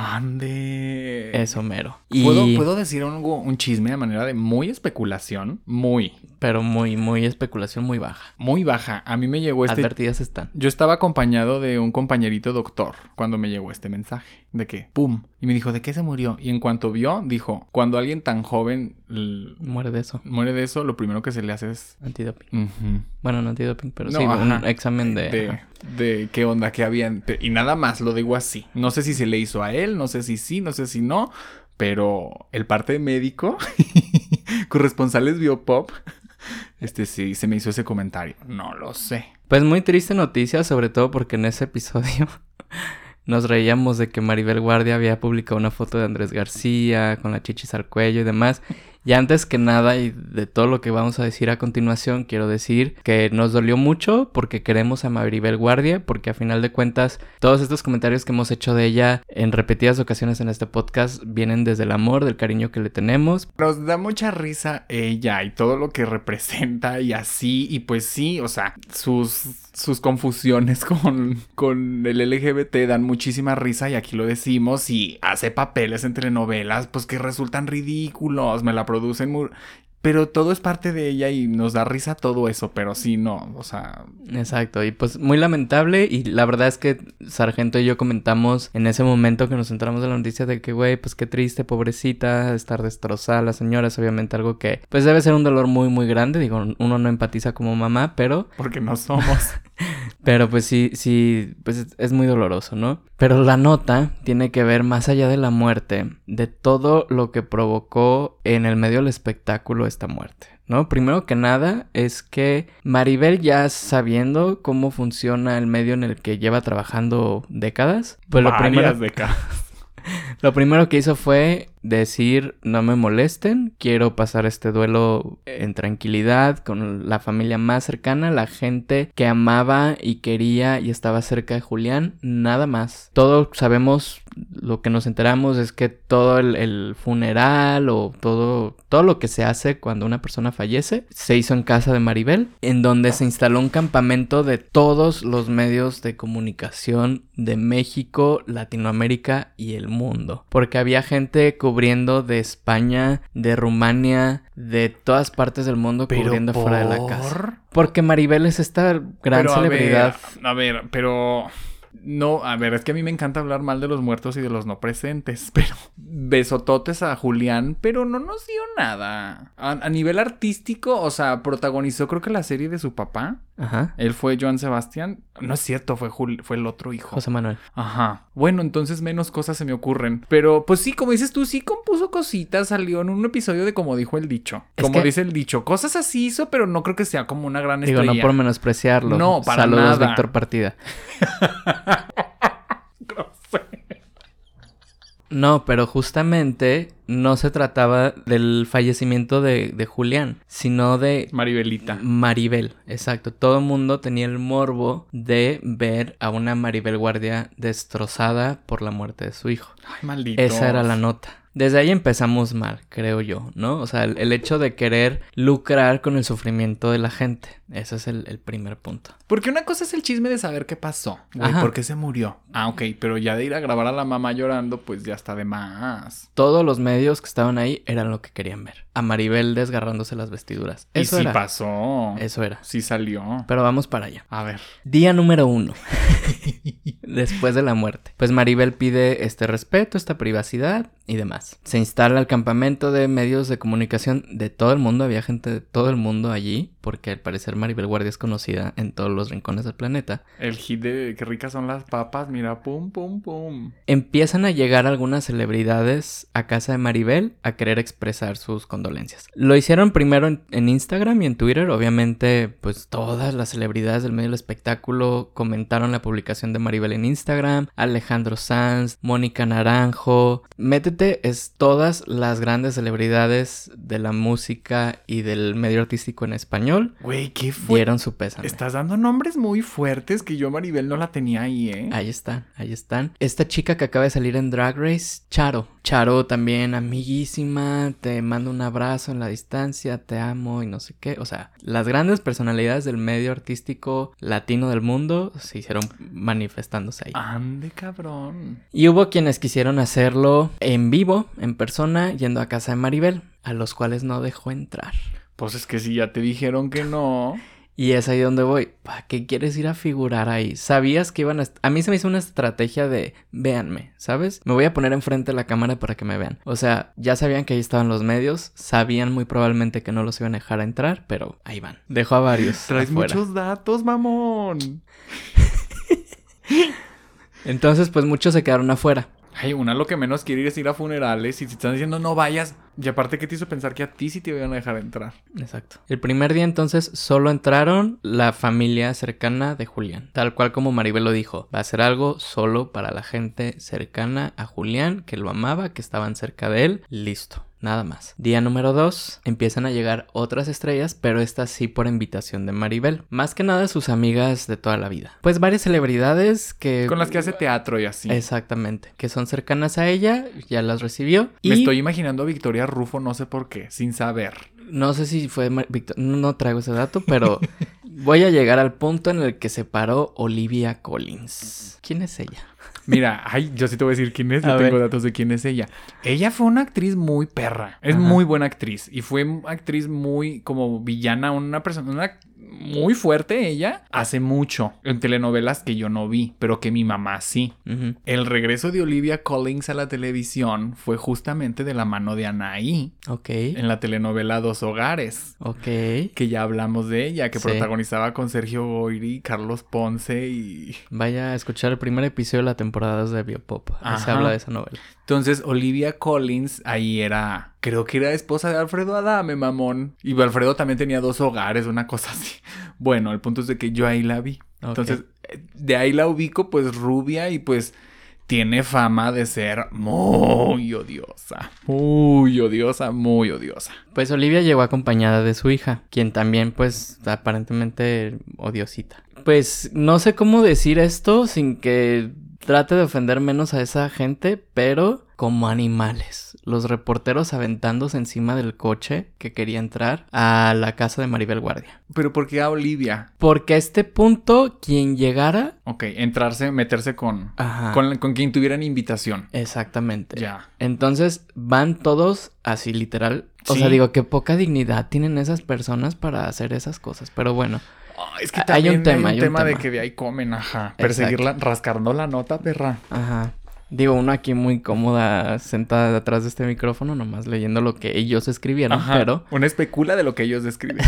Ande. Eso mero. Y... ¿Puedo, ¿Puedo decir un, un chisme a manera de muy especulación? Muy. Pero muy, muy especulación muy baja. Muy baja. A mí me llegó este... Advertidas están. Yo estaba acompañado de un compañerito doctor cuando me llegó este mensaje. De que, ¡pum! Y me dijo, ¿de qué se murió? Y en cuanto vio, dijo, cuando alguien tan joven... L- muere de eso. Muere de eso, lo primero que se le hace es... Antidoping. Uh-huh. Bueno, no antidoping, pero no, sí, ajá. un examen de... De, de qué onda, qué había... Y nada más, lo digo así. No sé si se le hizo a él, no sé si sí, no sé si no. Pero el parte médico, corresponsales Biopop, este sí, se me hizo ese comentario. No lo sé. Pues muy triste noticia, sobre todo porque en ese episodio nos reíamos de que Maribel Guardia había publicado una foto de Andrés García con la chichis al cuello y demás. Y antes que nada, y de todo lo que vamos a decir a continuación, quiero decir que nos dolió mucho porque queremos a Maribel Guardia, porque a final de cuentas, todos estos comentarios que hemos hecho de ella en repetidas ocasiones en este podcast vienen desde el amor, del cariño que le tenemos. Nos da mucha risa ella y todo lo que representa y así, y pues sí, o sea, sus, sus confusiones con, con el L G B T dan muchísima risa y aquí lo decimos, y hace papeles en telenovelas, pues que resultan ridículos, me la producen muy... Pero todo es parte de ella y nos da risa todo eso, pero sí, no, o sea... Exacto, y pues muy lamentable, y la verdad es que Sargento y yo comentamos en ese momento que nos enteramos de la noticia de que, güey, pues qué triste, pobrecita, estar destrozada la señora, es obviamente algo que, pues debe ser un dolor muy, muy grande, digo, uno no empatiza como mamá, pero... Porque no somos... Pero pues sí, sí, pues es, es muy doloroso, ¿no? Pero la nota tiene que ver más allá de la muerte, de todo lo que provocó en el medio del espectáculo esta muerte, ¿no? Primero que nada es que Maribel, ya sabiendo cómo funciona el medio en el que lleva trabajando décadas, pues lo Varias primero... décadas. Lo primero que hizo fue decir, no me molesten, quiero pasar este duelo en tranquilidad, con la familia más cercana, la gente que amaba y quería y estaba cerca de Julián, nada más. Todos sabemos, lo que nos enteramos es que todo el, el funeral o todo, todo lo que se hace cuando una persona fallece, se hizo en casa de Maribel, en donde se instaló un campamento de todos los medios de comunicación de México, Latinoamérica y el mundo. Porque había gente cubriendo de España, de Rumania, de todas partes del mundo, ¿Pero cubriendo por? fuera de la casa. Porque Maribel es esta gran pero, celebridad. A ver, a ver, pero... No, a ver, es que a mí me encanta hablar mal de los muertos y de los no presentes, pero besototes a Julián, pero no nos dio nada. A, a nivel artístico, o sea, protagonizó creo que la serie de su papá. Ajá. Él fue Joan Sebastián. No es cierto, fue, Jul- fue el otro hijo. José Manuel. Ajá. Bueno, entonces menos cosas se me ocurren. Pero pues sí, como dices tú, sí compuso cositas. Salió en un episodio de Como dijo el dicho. Es Como que... dice el dicho. Cosas así hizo, pero no creo que sea como una gran estrella. Digo, no por menospreciarlo. No, para Saludos, nada. Víctor Partida. No, pero justamente no se trataba del fallecimiento de, de Julián, sino de... Maribelita. Maribel, exacto. Todo el mundo tenía el morbo de ver a una Maribel Guardia destrozada por la muerte de su hijo. Ay, maldito. Esa era la nota. Desde ahí empezamos mal, creo yo, ¿no? O sea, el, el hecho de querer lucrar con el sufrimiento de la gente. Ese es el, el primer punto. Porque una cosa es el chisme de saber qué pasó. Güey, ¿por qué se murió? Ah, ok. Pero ya de ir a grabar a la mamá llorando, pues ya está de más. Todos los medios que estaban ahí eran lo que querían ver. A Maribel desgarrándose las vestiduras. Eso y sí era. pasó. Eso era. Sí salió. Pero vamos para allá. A ver. Día número uno. Después de la muerte. Pues Maribel pide este respeto, esta privacidad y demás. Se instala el campamento de medios de comunicación de todo el mundo. Había gente de todo el mundo allí. Porque al parecer Maribel Guardia es conocida en todos los rincones del planeta. El hit de qué ricas son las papas. Mira, pum, pum, pum. Empiezan a llegar algunas celebridades a casa de Maribel a querer expresar sus condolencias. Lo hicieron primero en, en Instagram y en Twitter. Obviamente, pues todas las celebridades del medio del espectáculo comentaron la publicación de Maribel en Instagram. Alejandro Sanz, Mónica Naranjo. Métete, es todas las grandes celebridades de la música y del medio artístico en español. Güey, ¿qué fue? Dieron su pésame. Estás dando nombres muy fuertes que yo Maribel no la tenía ahí, ¿eh? Ahí están, ahí están. Esta chica que acaba de salir en Drag Race, Charo. Charo también, amiguísima, te mando un abrazo en la distancia, te amo y no sé qué. O sea, las grandes personalidades del medio artístico latino del mundo se hicieron manifestándose ahí. Ande, cabrón. Y hubo quienes quisieron hacerlo en vivo, en persona, yendo a casa de Maribel, a los cuales no dejó entrar. Pues es que si ya te dijeron que no. Y es ahí donde voy. ¿Para qué quieres ir a figurar ahí? ¿Sabías que iban a...? A mí se me hizo una estrategia de... Véanme, ¿sabes? Me voy a poner enfrente de la cámara para que me vean. O sea, ya sabían que ahí estaban los medios. Sabían muy probablemente que no los iban a dejar entrar. Pero ahí van. Dejó a varios Traes afuera. muchos datos, mamón. Entonces, pues muchos se quedaron afuera. Ay, una lo que menos quiere ir es ir a funerales. Y si te están diciendo no vayas. Y aparte, ¿qué te hizo pensar que a ti sí te iban a dejar entrar? Exacto. El primer día entonces solo entraron la familia cercana de Julián. Tal cual como Maribel lo dijo. Va a ser algo solo para la gente cercana a Julián, que lo amaba, que estaban cerca de él. Listo. Nada más. Día número dos. Empiezan a llegar otras estrellas, pero estas sí por invitación de Maribel. Más que nada sus amigas de toda la vida. Pues varias celebridades que... Con las que hace teatro y así. Exactamente. Que son cercanas a ella. Ya las recibió. Me y... estoy imaginando a Victoria Rufo, no sé por qué, sin saber. No sé si fue Mar- Victor... No traigo ese dato, pero... Voy a llegar al punto en el que se paró Olivia Collins. ¿Quién es ella? Mira, ay, yo sí te voy a decir quién es. A Yo ver. tengo datos de quién es ella. Ella fue una actriz muy perra. Es Ajá. muy buena actriz. Y fue actriz muy como villana. Una persona una muy fuerte ella. Hace mucho. En telenovelas que yo no vi. Pero que mi mamá sí. Uh-huh. El regreso de Olivia Collins a la televisión fue justamente de la mano de Anaí. Ok. En la telenovela Dos Hogares. Ok. Que ya hablamos de ella. Que Sí. protagonizaba con Sergio Goyri, Carlos Ponce y... Vaya a escuchar el primer episodio de la temporada dos de Biopop. Ahí se Ajá. habla de esa novela. Entonces, Olivia Collins ahí era... Creo que era esposa de Alfredo Adame, mamón. Y Alfredo también tenía dos hogares, una cosa así. Bueno, el punto es de que yo ahí la vi. Ok. Entonces, de ahí la ubico, pues, rubia y pues... tiene fama de ser muy odiosa. Muy odiosa, muy odiosa. Pues Olivia llegó acompañada de su hija, quien también, pues, aparentemente odiosita. Pues, no sé cómo decir esto sin que trate de ofender menos a esa gente, pero como animales. Los reporteros aventándose encima del coche que quería entrar a la casa de Maribel Guardia. ¿Pero por qué a Olivia? Porque a este punto, quien llegara... Ok, entrarse, meterse con... Ajá. Con, con quien tuvieran invitación. Exactamente. Ya. Entonces, van todos así, literal. O Sí. sea, digo, qué poca dignidad tienen esas personas para hacer esas cosas. Pero bueno... Oh, es que Hay también un tema, hay hay un un tema de tema. que de ahí comen, ajá. Perseguirla, rascando la nota, perra. Ajá. Digo, uno aquí muy cómoda, sentada detrás de este micrófono, nomás leyendo lo que ellos escribieron, Ajá. pero... Una especula de lo que ellos describen.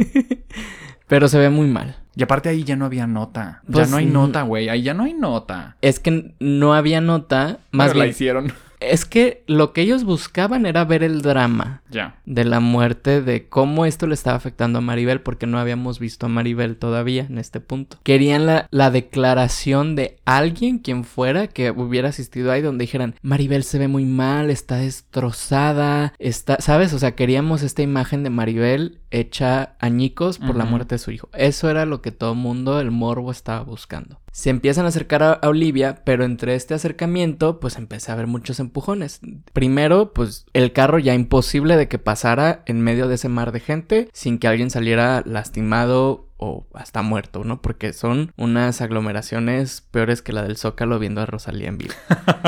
pero se ve muy mal. Y aparte ahí ya no había nota. Pues, ya no hay mm, nota, güey. Ahí ya no hay nota. Es que no había nota, más Pero la bien... hicieron. Es que lo que ellos buscaban era ver el drama Ya. de la muerte, de cómo esto le estaba afectando a Maribel, porque no habíamos visto a Maribel todavía en este punto. Querían la, la declaración de alguien, quien fuera, que hubiera asistido ahí, donde dijeran, Maribel se ve muy mal, está destrozada, está, ¿sabes? O sea, queríamos esta imagen de Maribel hecha añicos por uh-huh. la muerte de su hijo. Eso era lo que todo mundo, el morbo, estaba buscando. Se empiezan a acercar a, a Olivia, pero entre este acercamiento, pues empecé a ver muchos empujones. Primero, pues el carro ya imposible de que pasara en medio de ese mar de gente sin que alguien saliera lastimado o hasta muerto, ¿no? Porque son unas aglomeraciones peores que la del Zócalo viendo a Rosalía en vivo.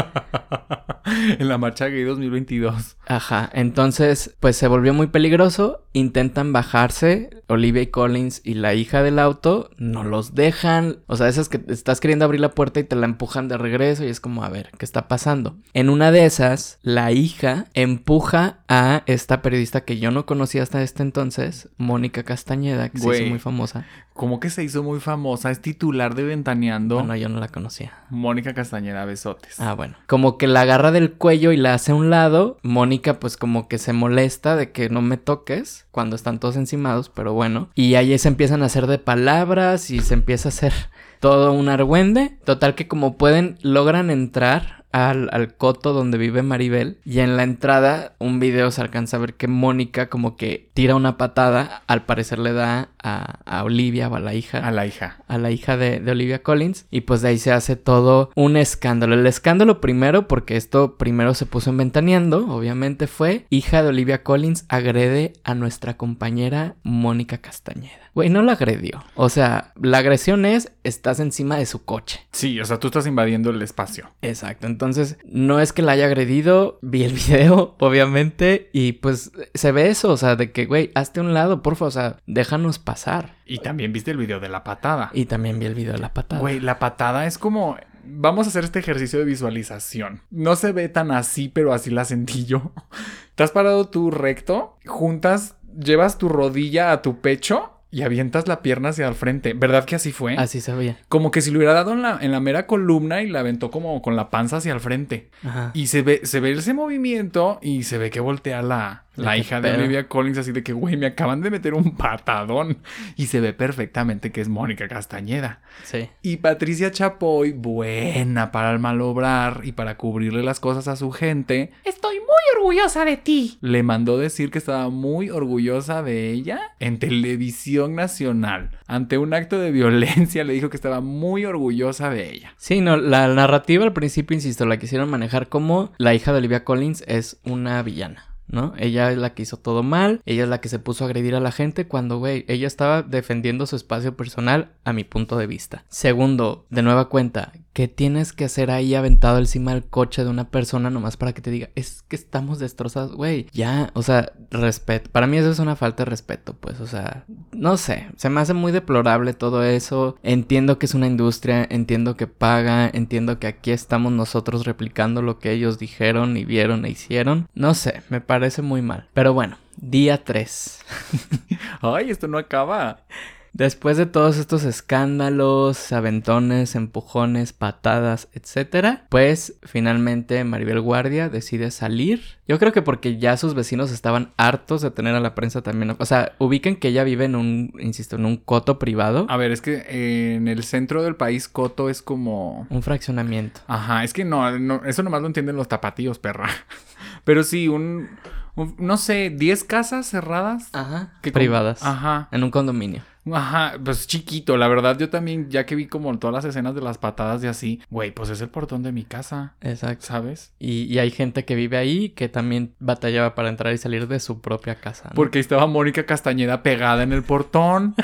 En la marcha gay dos mil veintidós. Ajá, entonces pues se volvió muy peligroso, intentan bajarse, Olivia y Collins y la hija del auto, no los dejan, o sea, esas que estás queriendo abrir la puerta y te la empujan de regreso y es como, a ver, ¿qué está pasando? En una de esas, la hija empuja a esta periodista que yo no conocía hasta este entonces, Mónica Castañeda, que Güey, se hizo muy famosa. ¿Cómo que se hizo muy famosa? Es titular de Ventaneando. Bueno, yo no la conocía. Mónica Castañeda, besotes. Ah, bueno. Como que la agarra del cuello y la hace a un lado. Mónica pues como que se molesta de que no me toques cuando están todos encimados, pero bueno. Y ahí se empiezan a hacer de palabras y se empieza a hacer todo un argüende. Total que como pueden, logran entrar al, al coto donde vive Maribel. Y en la entrada, un video se alcanza a ver que Mónica como que tira una patada. Al parecer le da a, a Olivia o a la hija. A la hija. A la hija de, de Olivia Collins. Y pues de ahí se hace todo un escándalo. El escándalo primero, porque esto primero se puso en Ventaneando, obviamente fue: hija de Olivia Collins agrede a nuestra compañera Mónica Castañeda. Güey, no la agredió. O sea, la agresión es, estás encima de su coche. Sí, o sea, tú estás invadiendo el espacio. Exacto, entonces no es que la haya agredido, vi el video, obviamente, y pues se ve eso, o sea, de que, güey, hazte a un lado, porfa, o sea, déjanos pasar. Y también viste el video de la patada. Y también vi el video de la patada. Güey, la patada es como... Vamos a hacer este ejercicio de visualización. No se ve tan así, pero así la sentí yo. Te has parado tú recto, juntas, llevas tu rodilla a tu pecho y avientas la pierna hacia el frente. ¿Verdad que así fue? Así se veía. Como que si lo hubiera dado en la, en la mera columna y la aventó como con la panza hacia el frente. Ajá. Y se ve, se ve ese movimiento y se ve que voltea la, la hija de Olivia Collins así de que, güey, me acaban de meter un patadón. Y se ve perfectamente que es Mónica Castañeda. Sí. Y Patricia Chapoy, buena para el malobrar y para cubrirle las cosas a su gente. Estoy muy orgullosa de ti. Le mandó decir que estaba muy orgullosa de ella en televisión nacional. Ante un acto de violencia le dijo que estaba muy orgullosa de ella. Sí, no, la narrativa al principio, insisto, la quisieron manejar como la hija de Olivia Collins es una villana, ¿no? Ella es la que hizo todo mal, ella es la que se puso a agredir a la gente cuando, güey, ella estaba defendiendo su espacio personal a mi punto de vista. Segundo, de nueva cuenta, ¿qué tienes que hacer ahí aventado encima del coche de una persona nomás para que te diga, es que estamos destrozados, güey? Ya, o sea, respeto. Para mí eso es una falta de respeto, pues, o sea, no sé, se me hace muy deplorable todo eso. Entiendo que es una industria, entiendo que paga, entiendo que aquí estamos nosotros replicando lo que ellos dijeron y vieron e hicieron. No sé, me parece muy mal. Pero bueno, día tres. Ay, esto no acaba. Después de todos estos escándalos, aventones, empujones, patadas, etcétera, pues finalmente Maribel Guardia decide salir. Yo creo que porque ya sus vecinos estaban hartos de tener a la prensa también. O sea, ubiquen que ella vive en un, insisto, en un coto privado. A ver, es que eh, en el centro del país coto es como... Un fraccionamiento. Ajá, es que no, no eso nomás lo entienden los tapatíos, perra. Pero sí, un... un no sé, diez casas cerradas. Ajá. Que privadas. Con... Ajá. En un condominio. Ajá, pues chiquito, la verdad yo también, ya que vi como todas las escenas de las patadas y así, güey, pues es el portón de mi casa. Exacto. ¿Sabes? Y, y hay gente que vive ahí que también batallaba para entrar y salir de su propia casa, ¿no? Porque ahí estaba Mónica Castañeda pegada en el portón.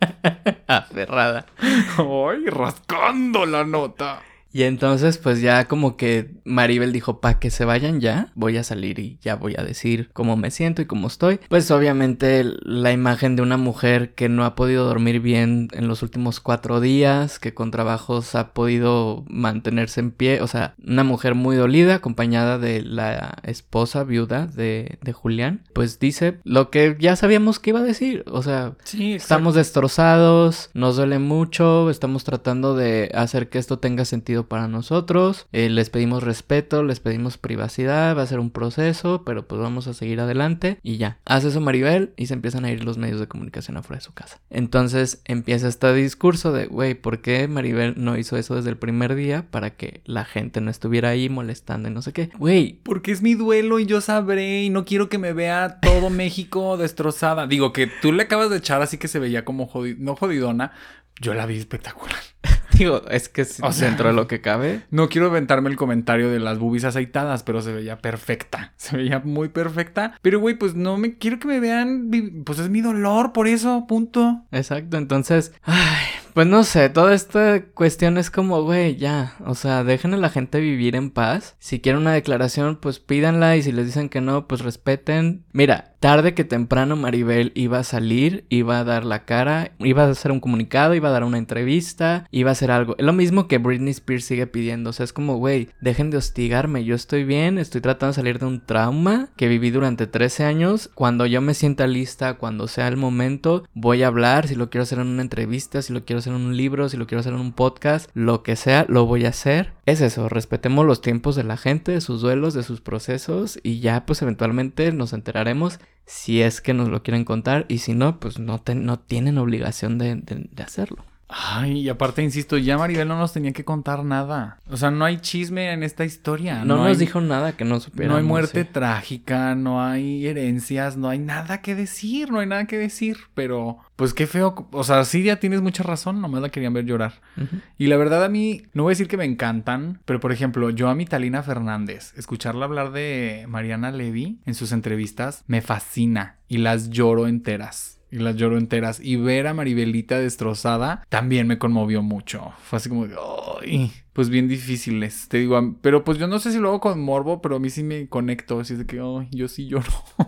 Aferrada. Ay, rascando la nota. Y entonces pues ya como que Maribel dijo, pa' que se vayan ya, voy a salir y ya voy a decir cómo me siento y cómo estoy. Pues obviamente la imagen de una mujer que no ha podido dormir bien en los últimos cuatro días, que con trabajos ha podido mantenerse en pie, o sea, una mujer muy dolida acompañada de la esposa viuda de, de Julián, pues dice lo que ya sabíamos que iba a decir, o sea, sí, estamos destrozados, nos duele mucho, estamos tratando de hacer que esto tenga sentido para nosotros, eh, les pedimos respeto, les pedimos privacidad, va a ser un proceso, pero pues vamos a seguir adelante y ya. Hace eso Maribel y se empiezan a ir los medios de comunicación afuera de su casa. Entonces empieza este discurso de, güey, ¿por qué Maribel no hizo eso desde el primer día para que la gente no estuviera ahí molestando y no sé qué? Güey, porque es mi duelo y yo sabré y no quiero que me vea todo México destrozada. Digo que tú le acabas de echar así que se veía como jodid... no jodidona, yo la vi espectacular. Digo, es que o sea, dentro de lo que cabe. No quiero inventarme el comentario de las boobies aceitadas, pero se veía perfecta. Se veía muy perfecta. Pero, güey, pues no me quiero que me vean. Pues es mi dolor, por eso, punto. Exacto, entonces, ay, pues no sé, toda esta cuestión es como, güey, ya. O sea, dejen a la gente vivir en paz. Si quieren una declaración, pues pídanla. Y si les dicen que no, pues respeten. Mira, tarde que temprano Maribel iba a salir, iba a dar la cara, iba a hacer un comunicado, iba a dar una entrevista, iba a hacer algo. Es lo mismo que Britney Spears sigue pidiendo. O sea, es como, güey, dejen de hostigarme. Yo estoy bien, estoy tratando de salir de un trauma que viví durante trece años. Cuando yo me sienta lista, cuando sea el momento, voy a hablar. Si lo quiero hacer en una entrevista, si lo quiero hacer en un libro, si lo quiero hacer en un podcast, lo que sea, lo voy a hacer. Es eso, respetemos los tiempos de la gente, de sus duelos, de sus procesos y ya pues eventualmente nos enteraremos si es que nos lo quieren contar y si no, pues no, te, no tienen obligación de, de, de hacerlo. Ay, y aparte, insisto, ya Maribel no nos tenía que contar nada. O sea, no hay chisme en esta historia. No, no nos hay, dijo nada que no supiéramos. No hay muerte sí. trágica, no hay herencias, no hay nada que decir, no hay nada que decir. Pero, pues qué feo. O sea, sí, ya tienes mucha razón, nomás la querían ver llorar. Uh-huh. Y la verdad a mí, no voy a decir que me encantan, pero por ejemplo, yo a mi Talina Fernández, escucharla hablar de Mariana Levy en sus entrevistas, me fascina y las lloro enteras. Y las lloro enteras. Y ver a Maribelita destrozada también me conmovió mucho. Fue así como de... ¡ay! Pues bien difíciles. Te digo, pero pues yo no sé si lo hago con morbo, pero a mí sí me conecto. Así de que, ¡ay! Yo sí lloro.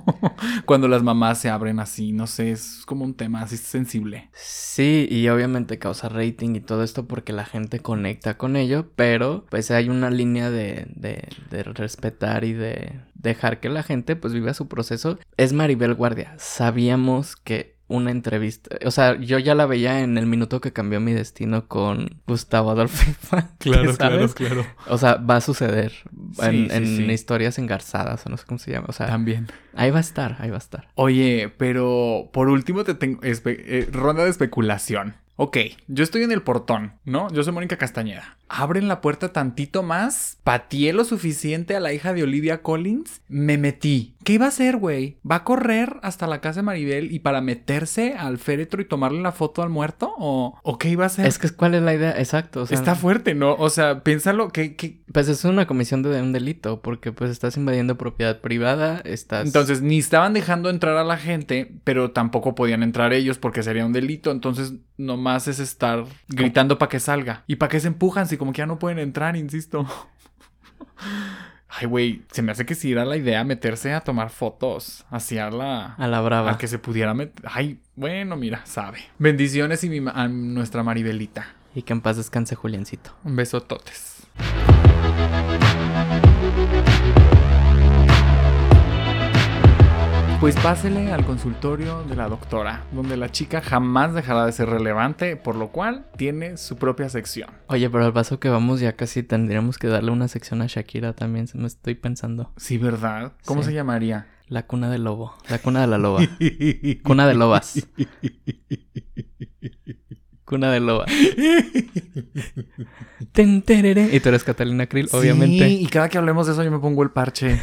Cuando las mamás se abren así, no sé, es como un tema así sensible. Sí, y obviamente causa rating y todo esto porque la gente conecta con ello. Pero pues hay una línea de, de, de respetar y de dejar que la gente pues viva su proceso. Es Maribel Guardia. Sabíamos que una entrevista, o sea, yo ya la veía en El minuto que cambió mi destino con Gustavo Adolfo Infante. Claro, ¿sabes? claro, claro. O sea, va a suceder Sí, en, sí, en sí. historias engarzadas o no sé cómo se llama, o sea, también. Ahí va a estar, ahí va a estar. Oye, pero por último te tengo espe- eh, ronda de especulación. Ok, yo estoy en el portón, ¿no? Yo soy Mónica Castañeda. Abren la puerta tantito más, pateé lo suficiente a la hija de Olivia Collins, me metí. ¿Qué iba a hacer, güey? ¿Va a correr hasta la casa de Maribel y para meterse al féretro y tomarle la foto al muerto? ¿O, o qué iba a hacer? Es que, ¿cuál es la idea? Exacto, o sea... Está fuerte, ¿no? O sea, piénsalo, que... que... Pues es una comisión de un delito, porque pues estás invadiendo propiedad privada, estás... Entonces, ni estaban dejando entrar a la gente, pero tampoco podían entrar ellos porque sería un delito, entonces nomás es estar gritando para que salga. ¿Y para qué se empujan si como que ya no pueden entrar, insisto? Ay, güey, se me hace que sí era la idea meterse a tomar fotos hacia la... A la brava. A que se pudiera meter... Ay, bueno, mira, sabe. Bendiciones y mi, a nuestra Maribelita. Y que en paz descanse Juliancito. Un beso totes. Pues pásele al consultorio de la doctora, donde la chica jamás dejará de ser relevante, por lo cual tiene su propia sección. Oye, pero al paso que vamos ya casi tendríamos que darle una sección a Shakira también, se me estoy pensando. Sí, ¿verdad? ¿Cómo Sí. se llamaría? La cuna del lobo, la cuna de la loba. Cuna de lobas. Cuna de loba. Ten, terere. Y tú eres Catalina Krill, obviamente. Sí, y cada que hablemos de eso yo me pongo el parche.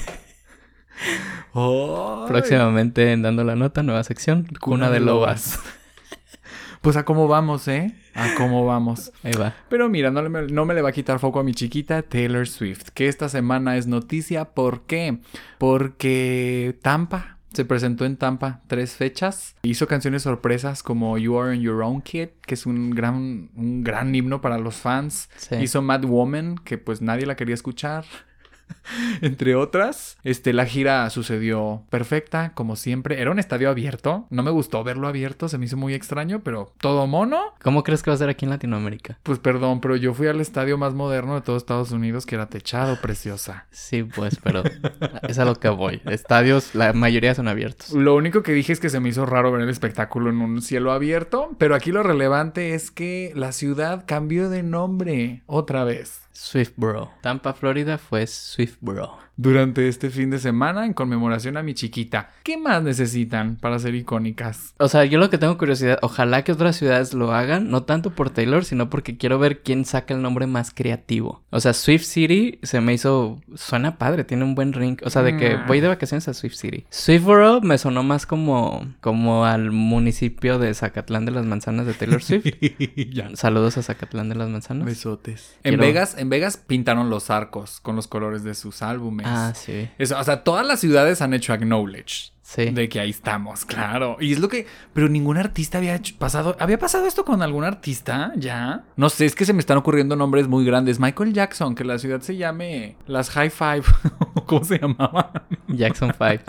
Oh, Próximamente en Dando la Nota, nueva sección. Cuna, Cuna de de lobas. pues a cómo vamos, ¿eh? A cómo vamos. Ahí va. Pero mira, no, le, no me le va a quitar foco a mi chiquita Taylor Swift, que esta semana es noticia. ¿Por qué? Porque Tampa se presentó en Tampa tres fechas. Hizo canciones sorpresas como You Are on Your Own Kid, que es un gran, un gran himno para los fans. Sí. Hizo Mad Woman, que pues nadie la quería escuchar. Entre otras, este, la gira sucedió perfecta, como siempre. Era un estadio abierto. No me gustó verlo abierto, se me hizo muy extraño, pero todo mono. ¿Cómo crees que va a ser aquí en Latinoamérica? Pues perdón, pero yo fui al estadio más moderno de todo Estados Unidos, que era techado, preciosa. Sí, pues, pero es a lo que voy. Estadios, la mayoría son abiertos. Lo único que dije es que se me hizo raro ver el espectáculo en un cielo abierto, pero aquí lo relevante es que la ciudad cambió de nombre otra vez. Swiftboro. Tampa, Florida fue Swiftboro. Durante este fin de semana en conmemoración a mi chiquita. ¿Qué más necesitan para ser icónicas? O sea, yo lo que tengo curiosidad, ojalá que otras ciudades lo hagan, no tanto por Taylor, sino porque quiero ver quién saca el nombre más creativo. O sea, Swift City se me hizo... Suena padre, tiene un buen ring. O sea, de que Mm. voy de vacaciones a Swift City. Swiftboro me sonó más como, como al municipio de Zacatlán de las Manzanas de Taylor Swift. Ya. Saludos a Zacatlán de las Manzanas. Besotes. En Quiero- Vegas, en Vegas pintaron los arcos con los colores de sus álbumes. Ah, sí. Eso, o sea, todas las ciudades han hecho acknowledge. Sí. De que ahí estamos, claro. Y es lo que... Pero ningún artista había hecho, pasado... ¿Había pasado esto con algún artista? ¿Ya? No sé, es que se me están ocurriendo nombres muy grandes. Michael Jackson, que la ciudad se llame... Las High Five. ¿Cómo se llamaba? Jackson five.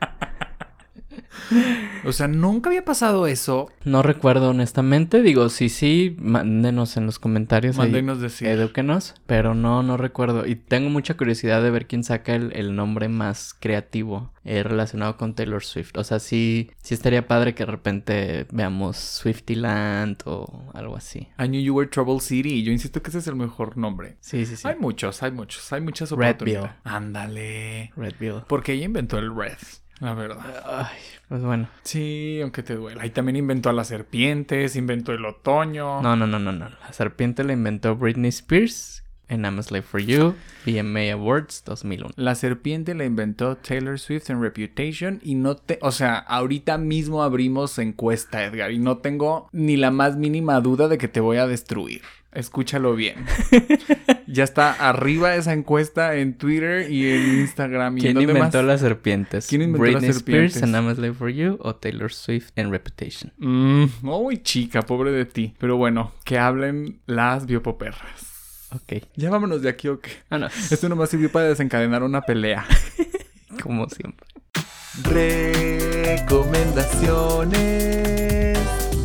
O sea, nunca había pasado eso. No recuerdo honestamente. Digo, sí, sí, mándenos en los comentarios. ahí, Mándenos decir. edúquenos. Pero no, no recuerdo. Y tengo mucha curiosidad de ver quién saca el, el nombre más creativo eh, relacionado con Taylor Swift. O sea, sí, sí estaría padre que de repente veamos Swiftyland o algo así. I Knew You Were Trouble City. Yo insisto que ese es el mejor nombre. Sí, sí, sí. Hay muchos, hay muchos. Hay muchas Redville. oportunidades. Ándale. Redville. Porque ella inventó el Red. La verdad. Ay, pues bueno. Sí, aunque te duela. Y también inventó a las serpientes, inventó el otoño. No, no, no, no, no. La serpiente la inventó Britney Spears en I'm a Slave for You, V M A Awards dos mil uno. La serpiente la inventó Taylor Swift en Reputation y no te... O sea, ahorita mismo abrimos encuesta, Edgar, y no tengo ni la más mínima duda de que te voy a destruir. Escúchalo bien. Ya está arriba esa encuesta en Twitter y en Instagram. ¿Y ¿Quién en dónde inventó más? las serpientes? ¿Quién inventó Britney las serpientes? Spears en I'm a Slave for You o Taylor Swift en Reputation. Mm, uy, chica, pobre de ti. Pero bueno, que hablen las biopoperras. Ok. Ya vámonos de aquí, ¿o qué? Ah, no. Esto nomás sirvió para desencadenar una pelea. Como siempre. Recomendaciones.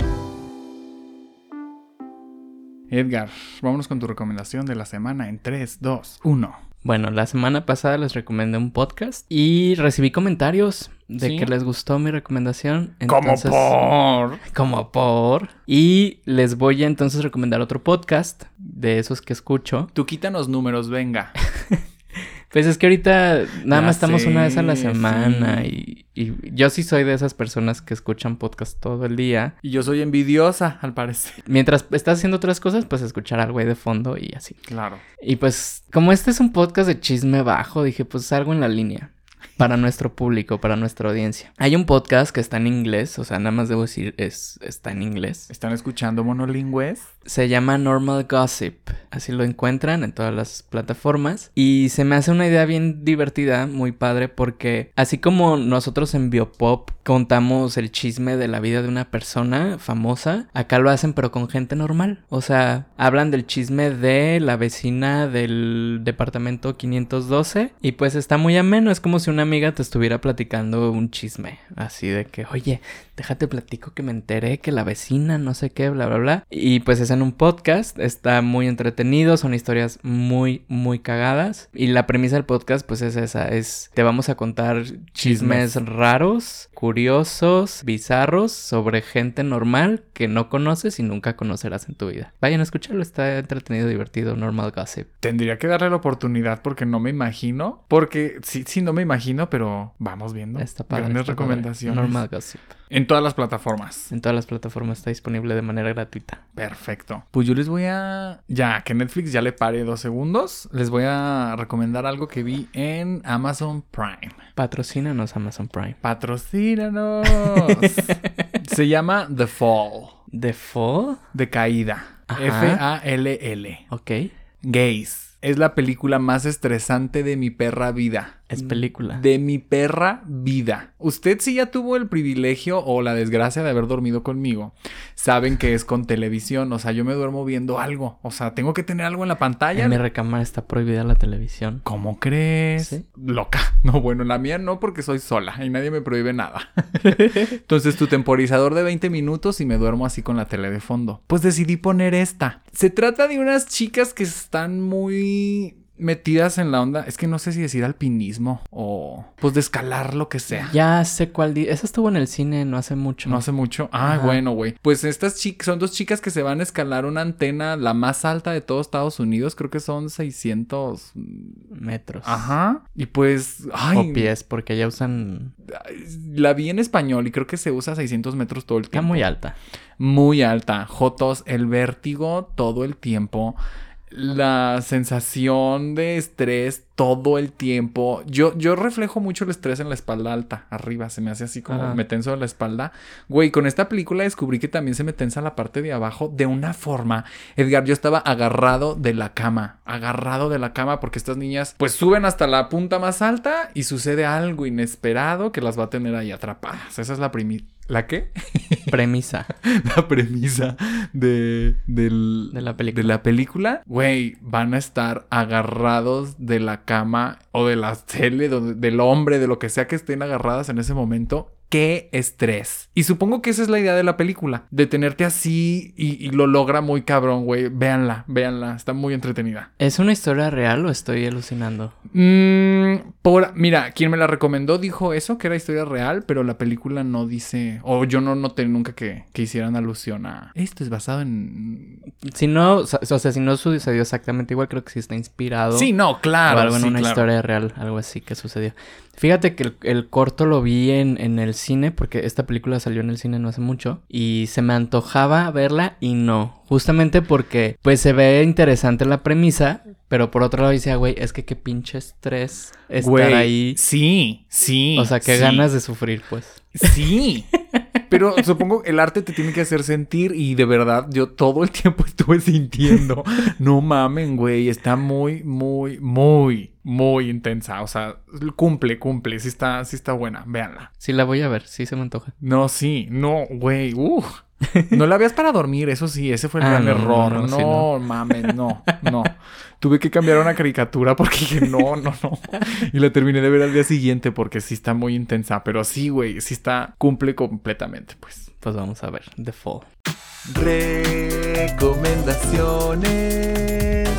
Edgar, vámonos con tu recomendación de la semana en tres, dos, uno. Bueno, la semana pasada les recomendé un podcast y recibí comentarios de ¿Sí? que les gustó mi recomendación. Como Entonces, por... Como por. Y les voy a entonces recomendar otro podcast de esos que escucho. Tú quítanos números, venga. Pues es que ahorita nada Ya más estamos sé, una vez a la semana sí. y, y yo sí soy de esas personas que escuchan podcast todo el día. Y yo soy envidiosa, al parecer. Mientras estás haciendo otras cosas, pues escuchar algo ahí de fondo y así. Claro. Y pues como este es un podcast de chisme bajo, dije pues algo en la línea. Para nuestro público, para nuestra audiencia. Hay un podcast que está en inglés, o sea, nada más debo decir, es, está en inglés. ¿Están escuchando monolingües? Se llama Normal Gossip. Así lo encuentran en todas las plataformas. Y se me hace una idea bien divertida, muy padre, porque así como nosotros en Biopop contamos el chisme de la vida de una persona famosa, acá lo hacen pero con gente normal. O sea, hablan del chisme de la vecina del departamento quinientos doce y pues está muy ameno. Es como si una amiga te estuviera platicando un chisme. Así de que, oye, déjate platico que me enteré que la vecina, no sé qué, bla, bla, bla. Y pues es en un podcast, está muy entretenido, son historias muy, muy cagadas. Y la premisa del podcast pues es esa, es te vamos a contar chismes, chismes raros, curiosos, bizarros sobre gente normal que no conoces y nunca conocerás en tu vida. Vayan a escucharlo, está entretenido, divertido, normal gossip. Tendría que darle la oportunidad porque no me imagino, porque sí, sí, no me imagino, pero vamos viendo. Está padre, Grandes está recomendaciones. Padre. Normal gossip. En todas las plataformas. En todas las plataformas está disponible de manera gratuita. Perfecto. Pues yo les voy a... Ya, que Netflix ya le pare dos segundos. Les voy a recomendar algo que vi en Amazon Prime. Patrocínanos Amazon Prime. Patrocínanos. Se llama The Fall. ¿The Fall? De caída. Ajá. F A L L. Ok. Gays. Es la película más estresante de mi perra vida. Es película. De mi perra vida. Usted si ya tuvo el privilegio o la desgracia de haber dormido conmigo, saben que es con televisión. O sea, yo me duermo viendo algo. O sea, tengo que tener algo en la pantalla. En mi recámara está prohibida la televisión. ¿Cómo crees? ¿Sí? Loca. No, bueno, la mía no, porque soy sola y nadie me prohíbe nada. Entonces, tu temporizador de veinte minutos y me duermo así con la tele de fondo. Pues decidí poner esta. Se trata de unas chicas que están muy metidas en la onda, es que no sé si decir alpinismo o pues de escalar lo que sea. Ya sé cuál. Di- Esa estuvo en el cine no hace mucho. No hace mucho. Ah, Ajá. Bueno, güey. Pues estas chicas, son dos chicas que se van a escalar una antena, la más alta de todo Estados Unidos. Creo que son seiscientos Metros. Ajá. Y pues, ay. O pies, porque ya usan... La vi en español y creo que se usa seiscientos metros todo el Está tiempo. muy alta. Muy alta. Jotos, el vértigo todo el tiempo. La sensación de estrés todo el tiempo. Yo, yo reflejo mucho el estrés en la espalda alta. Arriba se me hace así como Ajá. me tenso la espalda. Güey, con esta película descubrí que también se me tensa la parte de abajo de una forma. Edgar, yo estaba agarrado de la cama. Agarrado de la cama porque estas niñas pues suben hasta la punta más alta y sucede algo inesperado que las va a tener ahí atrapadas. Esa es la primi... ¿La qué? Premisa. La premisa de, del, De la película. de la película. Güey, van a estar agarrados de la cama o de la tele, de- del hombre, de lo que sea que estén agarradas en ese momento. ¡Qué estrés! Y supongo que esa es la idea de la película. De tenerte así y, y lo logra muy cabrón, güey. Véanla, véanla. Está muy entretenida. ¿Es una historia real o estoy alucinando? Mm, por, mira, quien me la recomendó dijo eso, que era historia real, pero la película no dice... O yo no noté nunca que, que hicieran alusión a... Esto es basado en... Si no, o sea, o sea, si no sucedió exactamente igual, creo que sí está inspirado. Sí, no, claro. O algo en sí, una claro. historia real, algo así que sucedió. Fíjate que el, el corto lo vi en, en el cine, porque esta película salió en el cine no hace mucho, y se me antojaba verla y no. Justamente porque, pues, se ve interesante la premisa, pero por otro lado decía, güey, es que qué pinche estrés estar Güey, ahí. Sí, sí. O sea, qué sí, ganas de sufrir, pues. Sí. Pero supongo que el arte te tiene que hacer sentir y de verdad yo todo el tiempo estuve sintiendo. No mamen, güey. Está muy, muy, muy, muy intensa. O sea, cumple, cumple. Sí está, sí está buena. Véanla. Sí la voy a ver, sí se me antoja. No, sí. No, güey. Uh. No la veas para dormir, eso sí. Ese fue el Ah, gran no, error. no, No, no, sí, no. mames, no, no. Tuve que cambiar una caricatura porque dije, no, no, no. Y la terminé de ver al día siguiente porque sí está muy intensa. Pero sí, güey, sí está, cumple completamente, pues. Pues vamos a ver, The Fall. Recomendaciones.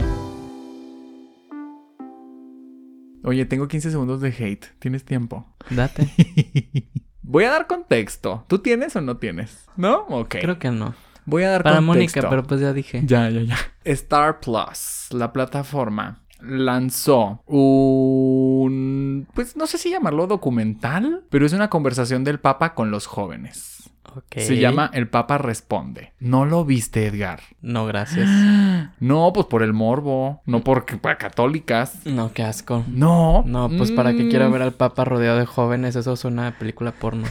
Oye, tengo quince segundos de hate. ¿Tienes tiempo? Date. Voy a dar contexto. ¿Tú tienes o no tienes? ¿No? Ok. Creo que no. Voy a dar Para contexto. Mónica, pero pues ya dije. Ya, ya, ya. Star Plus, la plataforma, lanzó un... Pues no sé si llamarlo documental, pero es una conversación del Papa con los jóvenes. Ok. Se llama El Papa Responde. ¿No lo viste, Edgar? No, gracias. No, pues por el morbo. No porque para católicas. No, qué asco. No. No, pues para que Mm. quiera ver al Papa rodeado de jóvenes, eso es una película porno.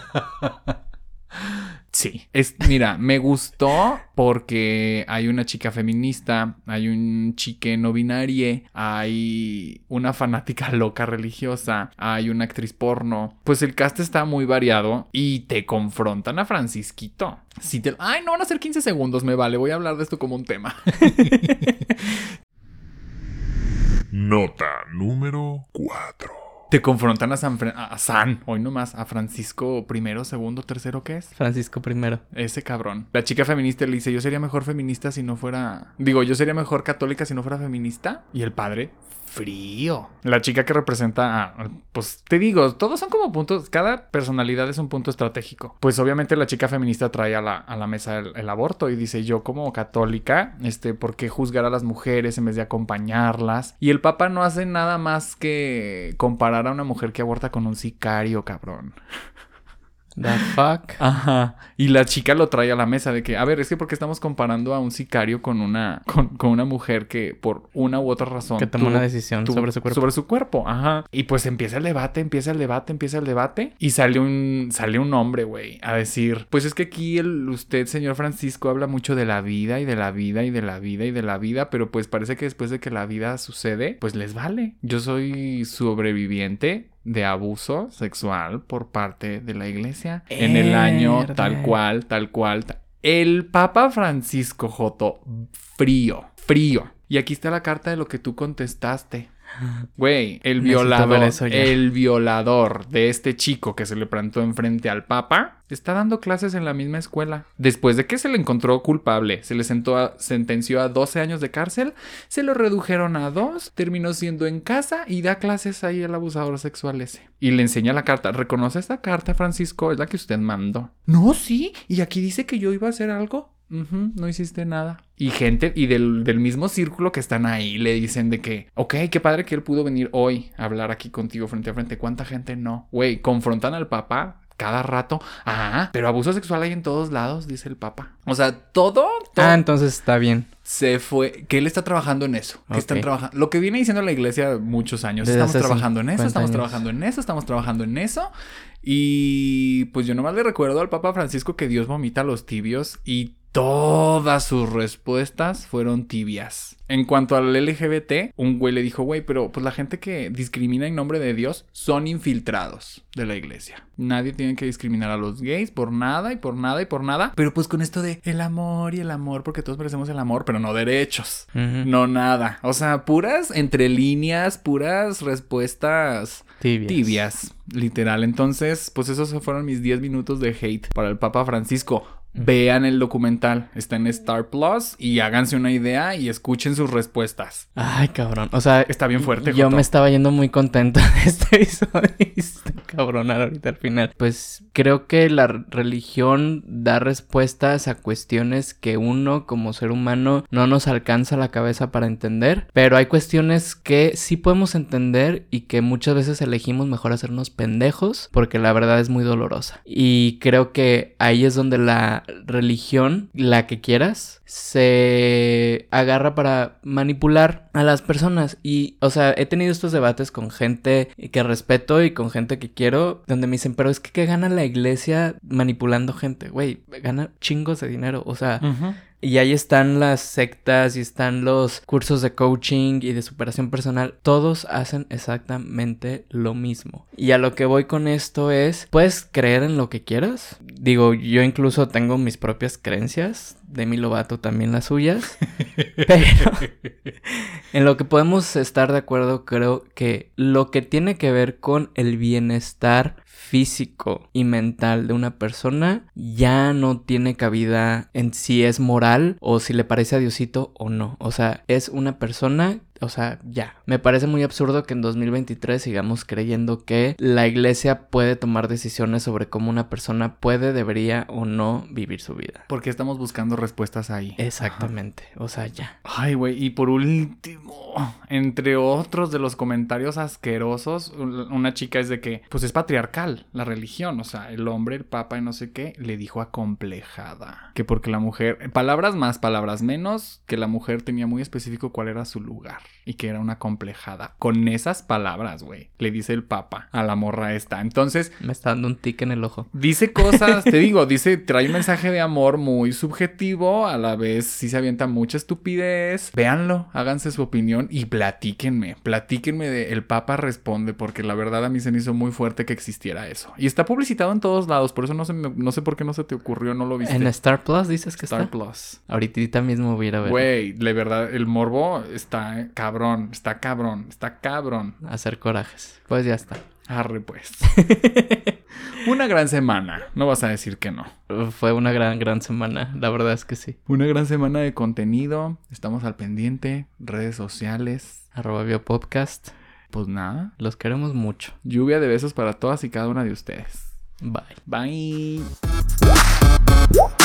Sí. Es, mira, me gustó porque hay una chica feminista, hay un chique no binario, hay una fanática loca religiosa, hay una actriz porno. Pues el cast está muy variado y te confrontan a Francisquito. Si te... Ay, no van a ser quince segundos, me vale. Voy a hablar de esto como un tema. Nota número cuatro. Te confrontan a San, Fran- a San, hoy nomás, a Francisco primero, segundo, tercero, ¿qué es? Francisco primero. Ese cabrón. La chica feminista le dice, yo sería mejor feminista si no fuera... Digo, yo sería mejor católica si no fuera feminista. Y el padre, frío. La chica que representa a... Pues te digo, todos son como puntos... Cada personalidad es un punto estratégico. Pues obviamente la chica feminista trae a la, a la mesa el, el aborto y dice, yo como católica, este, ¿por qué juzgar a las mujeres en vez de acompañarlas? Y el papa no hace nada más que comparar a una mujer que aborta con un sicario, cabrón. The fuck. Ajá. Y la chica lo trae a la mesa de que, a ver, es que porque estamos comparando a un sicario con una, con, con una mujer que por una u otra razón... Que tomó tuvo- una decisión tuvo- sobre su cuerpo. Sobre su cuerpo, ajá. Y pues empieza el debate, empieza el debate, empieza el debate. Y sale un, sale un hombre, güey, a decir, pues es que aquí el, usted, señor Francisco, habla mucho de la vida y de la vida y de la vida y de la vida, pero pues parece que después de que la vida sucede, pues les vale. Yo soy sobreviviente de abuso sexual por parte de la iglesia en el año Mierda. tal cual, tal cual. ta- El Papa Francisco Joto, frío, frío. Y aquí está la carta de lo que tú contestaste. Güey, el Necesito violador, ver eso ya. el violador de este chico que se le plantó enfrente al Papa, está dando clases en la misma escuela. Después de que se le encontró culpable, se le sentó a- sentenció a doce años de cárcel, se lo redujeron a dos, terminó siendo en casa y da clases ahí al abusador sexual ese. Y le enseña la carta. ¿Reconoce esta carta, Francisco? Es la que usted mandó. No, sí. Y aquí dice que yo iba a hacer algo. Ujú, no hiciste nada. Y gente, y del, del mismo círculo que están ahí, le dicen de que, ok, qué padre que él pudo venir hoy a hablar aquí contigo frente a frente. ¿Cuánta gente no? Güey, confrontan al papá cada rato. Ah, pero abuso sexual hay en todos lados, dice el papa. O sea, todo, todo Ah, entonces está bien. se fue. Que él está trabajando en eso. Que Ok. están trabajando. Lo que viene diciendo la iglesia muchos años. Desde Estamos hace trabajando en eso, cincuenta estamos años. trabajando en eso, estamos trabajando en eso. Y pues yo nomás le recuerdo al Papa Francisco que Dios vomita a los tibios y todas sus respuestas fueron tibias. En cuanto al L G B T, un güey le dijo, güey, pero pues la gente que discrimina en nombre de Dios son infiltrados de la iglesia. Nadie tiene que discriminar a los gays por nada y por nada y por nada. Pero pues con esto de el amor y el amor, porque todos merecemos el amor, pero no derechos. Ujú. No nada. O sea, puras entre líneas, puras respuestas Tibias. tibias, literal. Entonces, pues esos fueron mis diez minutos de hate para el Papa Francisco. Vean el documental, está en Star Plus y háganse una idea y escuchen sus respuestas. Ay, cabrón. O sea, Está bien fuerte, yo Joto. me estaba yendo muy contento de este episodio y está cabronar ahorita al final. Pues creo que la religión da respuestas a cuestiones que uno como ser humano no nos alcanza la cabeza para entender, pero hay cuestiones que sí podemos entender y que muchas veces elegimos mejor hacernos pendejos porque la verdad es muy dolorosa. Y creo que ahí es donde la religión, la que quieras, se agarra para manipular a las personas. Y, o sea, he tenido estos debates con gente que respeto y con gente que quiero, donde me dicen, pero es que ¿qué gana la iglesia manipulando gente? Güey, gana chingos de dinero, o sea... Ujú. Y ahí están las sectas y están los cursos de coaching y de superación personal. Todos hacen exactamente lo mismo. Y a lo que voy con esto es, puedes creer en lo que quieras. Digo, yo incluso tengo mis propias creencias. Demi Lovato también las suyas. Pero en lo que podemos estar de acuerdo, creo que lo que tiene que ver con el bienestar físico y mental de una persona ya no tiene cabida en si es moral o si le parece a Diosito o no. O sea, es una persona... O sea, ya. Me parece muy absurdo que en dos mil veintitrés sigamos creyendo que la iglesia puede tomar decisiones sobre cómo una persona puede, debería o no vivir su vida. Porque estamos buscando respuestas ahí. Exactamente. O sea, ya. Ay, güey, y por último, entre otros de los comentarios asquerosos, una chica es de que, pues es patriarcal la religión, o sea, el hombre, el papa y no sé qué, le dijo acomplejada. Que porque la mujer, palabras más, palabras menos, que la mujer tenía muy específico cuál era su lugar y que era una acomplejada. Con esas palabras, güey, le dice el papa a la morra esta. Entonces... Me está dando un tic en el ojo. Dice cosas, te digo, dice, trae un mensaje de amor muy subjetivo, a la vez sí se avienta mucha estupidez. Véanlo, háganse su opinión y platíquenme, platíquenme de El Papa Responde, porque la verdad a mí se me hizo muy fuerte que existiera eso. Y está publicitado en todos lados, por eso no, se me- no sé por qué no se te ocurrió, no lo viste. En Star Plus dices que Star está. Plus. Ahorita mismo voy a ir a ver. Güey, de verdad, el morbo está cabrón. cabrón, está cabrón, está cabrón. Hacer corajes. Pues ya está. Arre pues. Una gran semana, no vas a decir que no. Fue una gran, gran semana, la verdad es que sí. Una gran semana de contenido, estamos al pendiente, redes sociales. Arroba Biopodcast. Pues nada. Los queremos mucho. Lluvia de besos para todas y cada una de ustedes. Bye. Bye.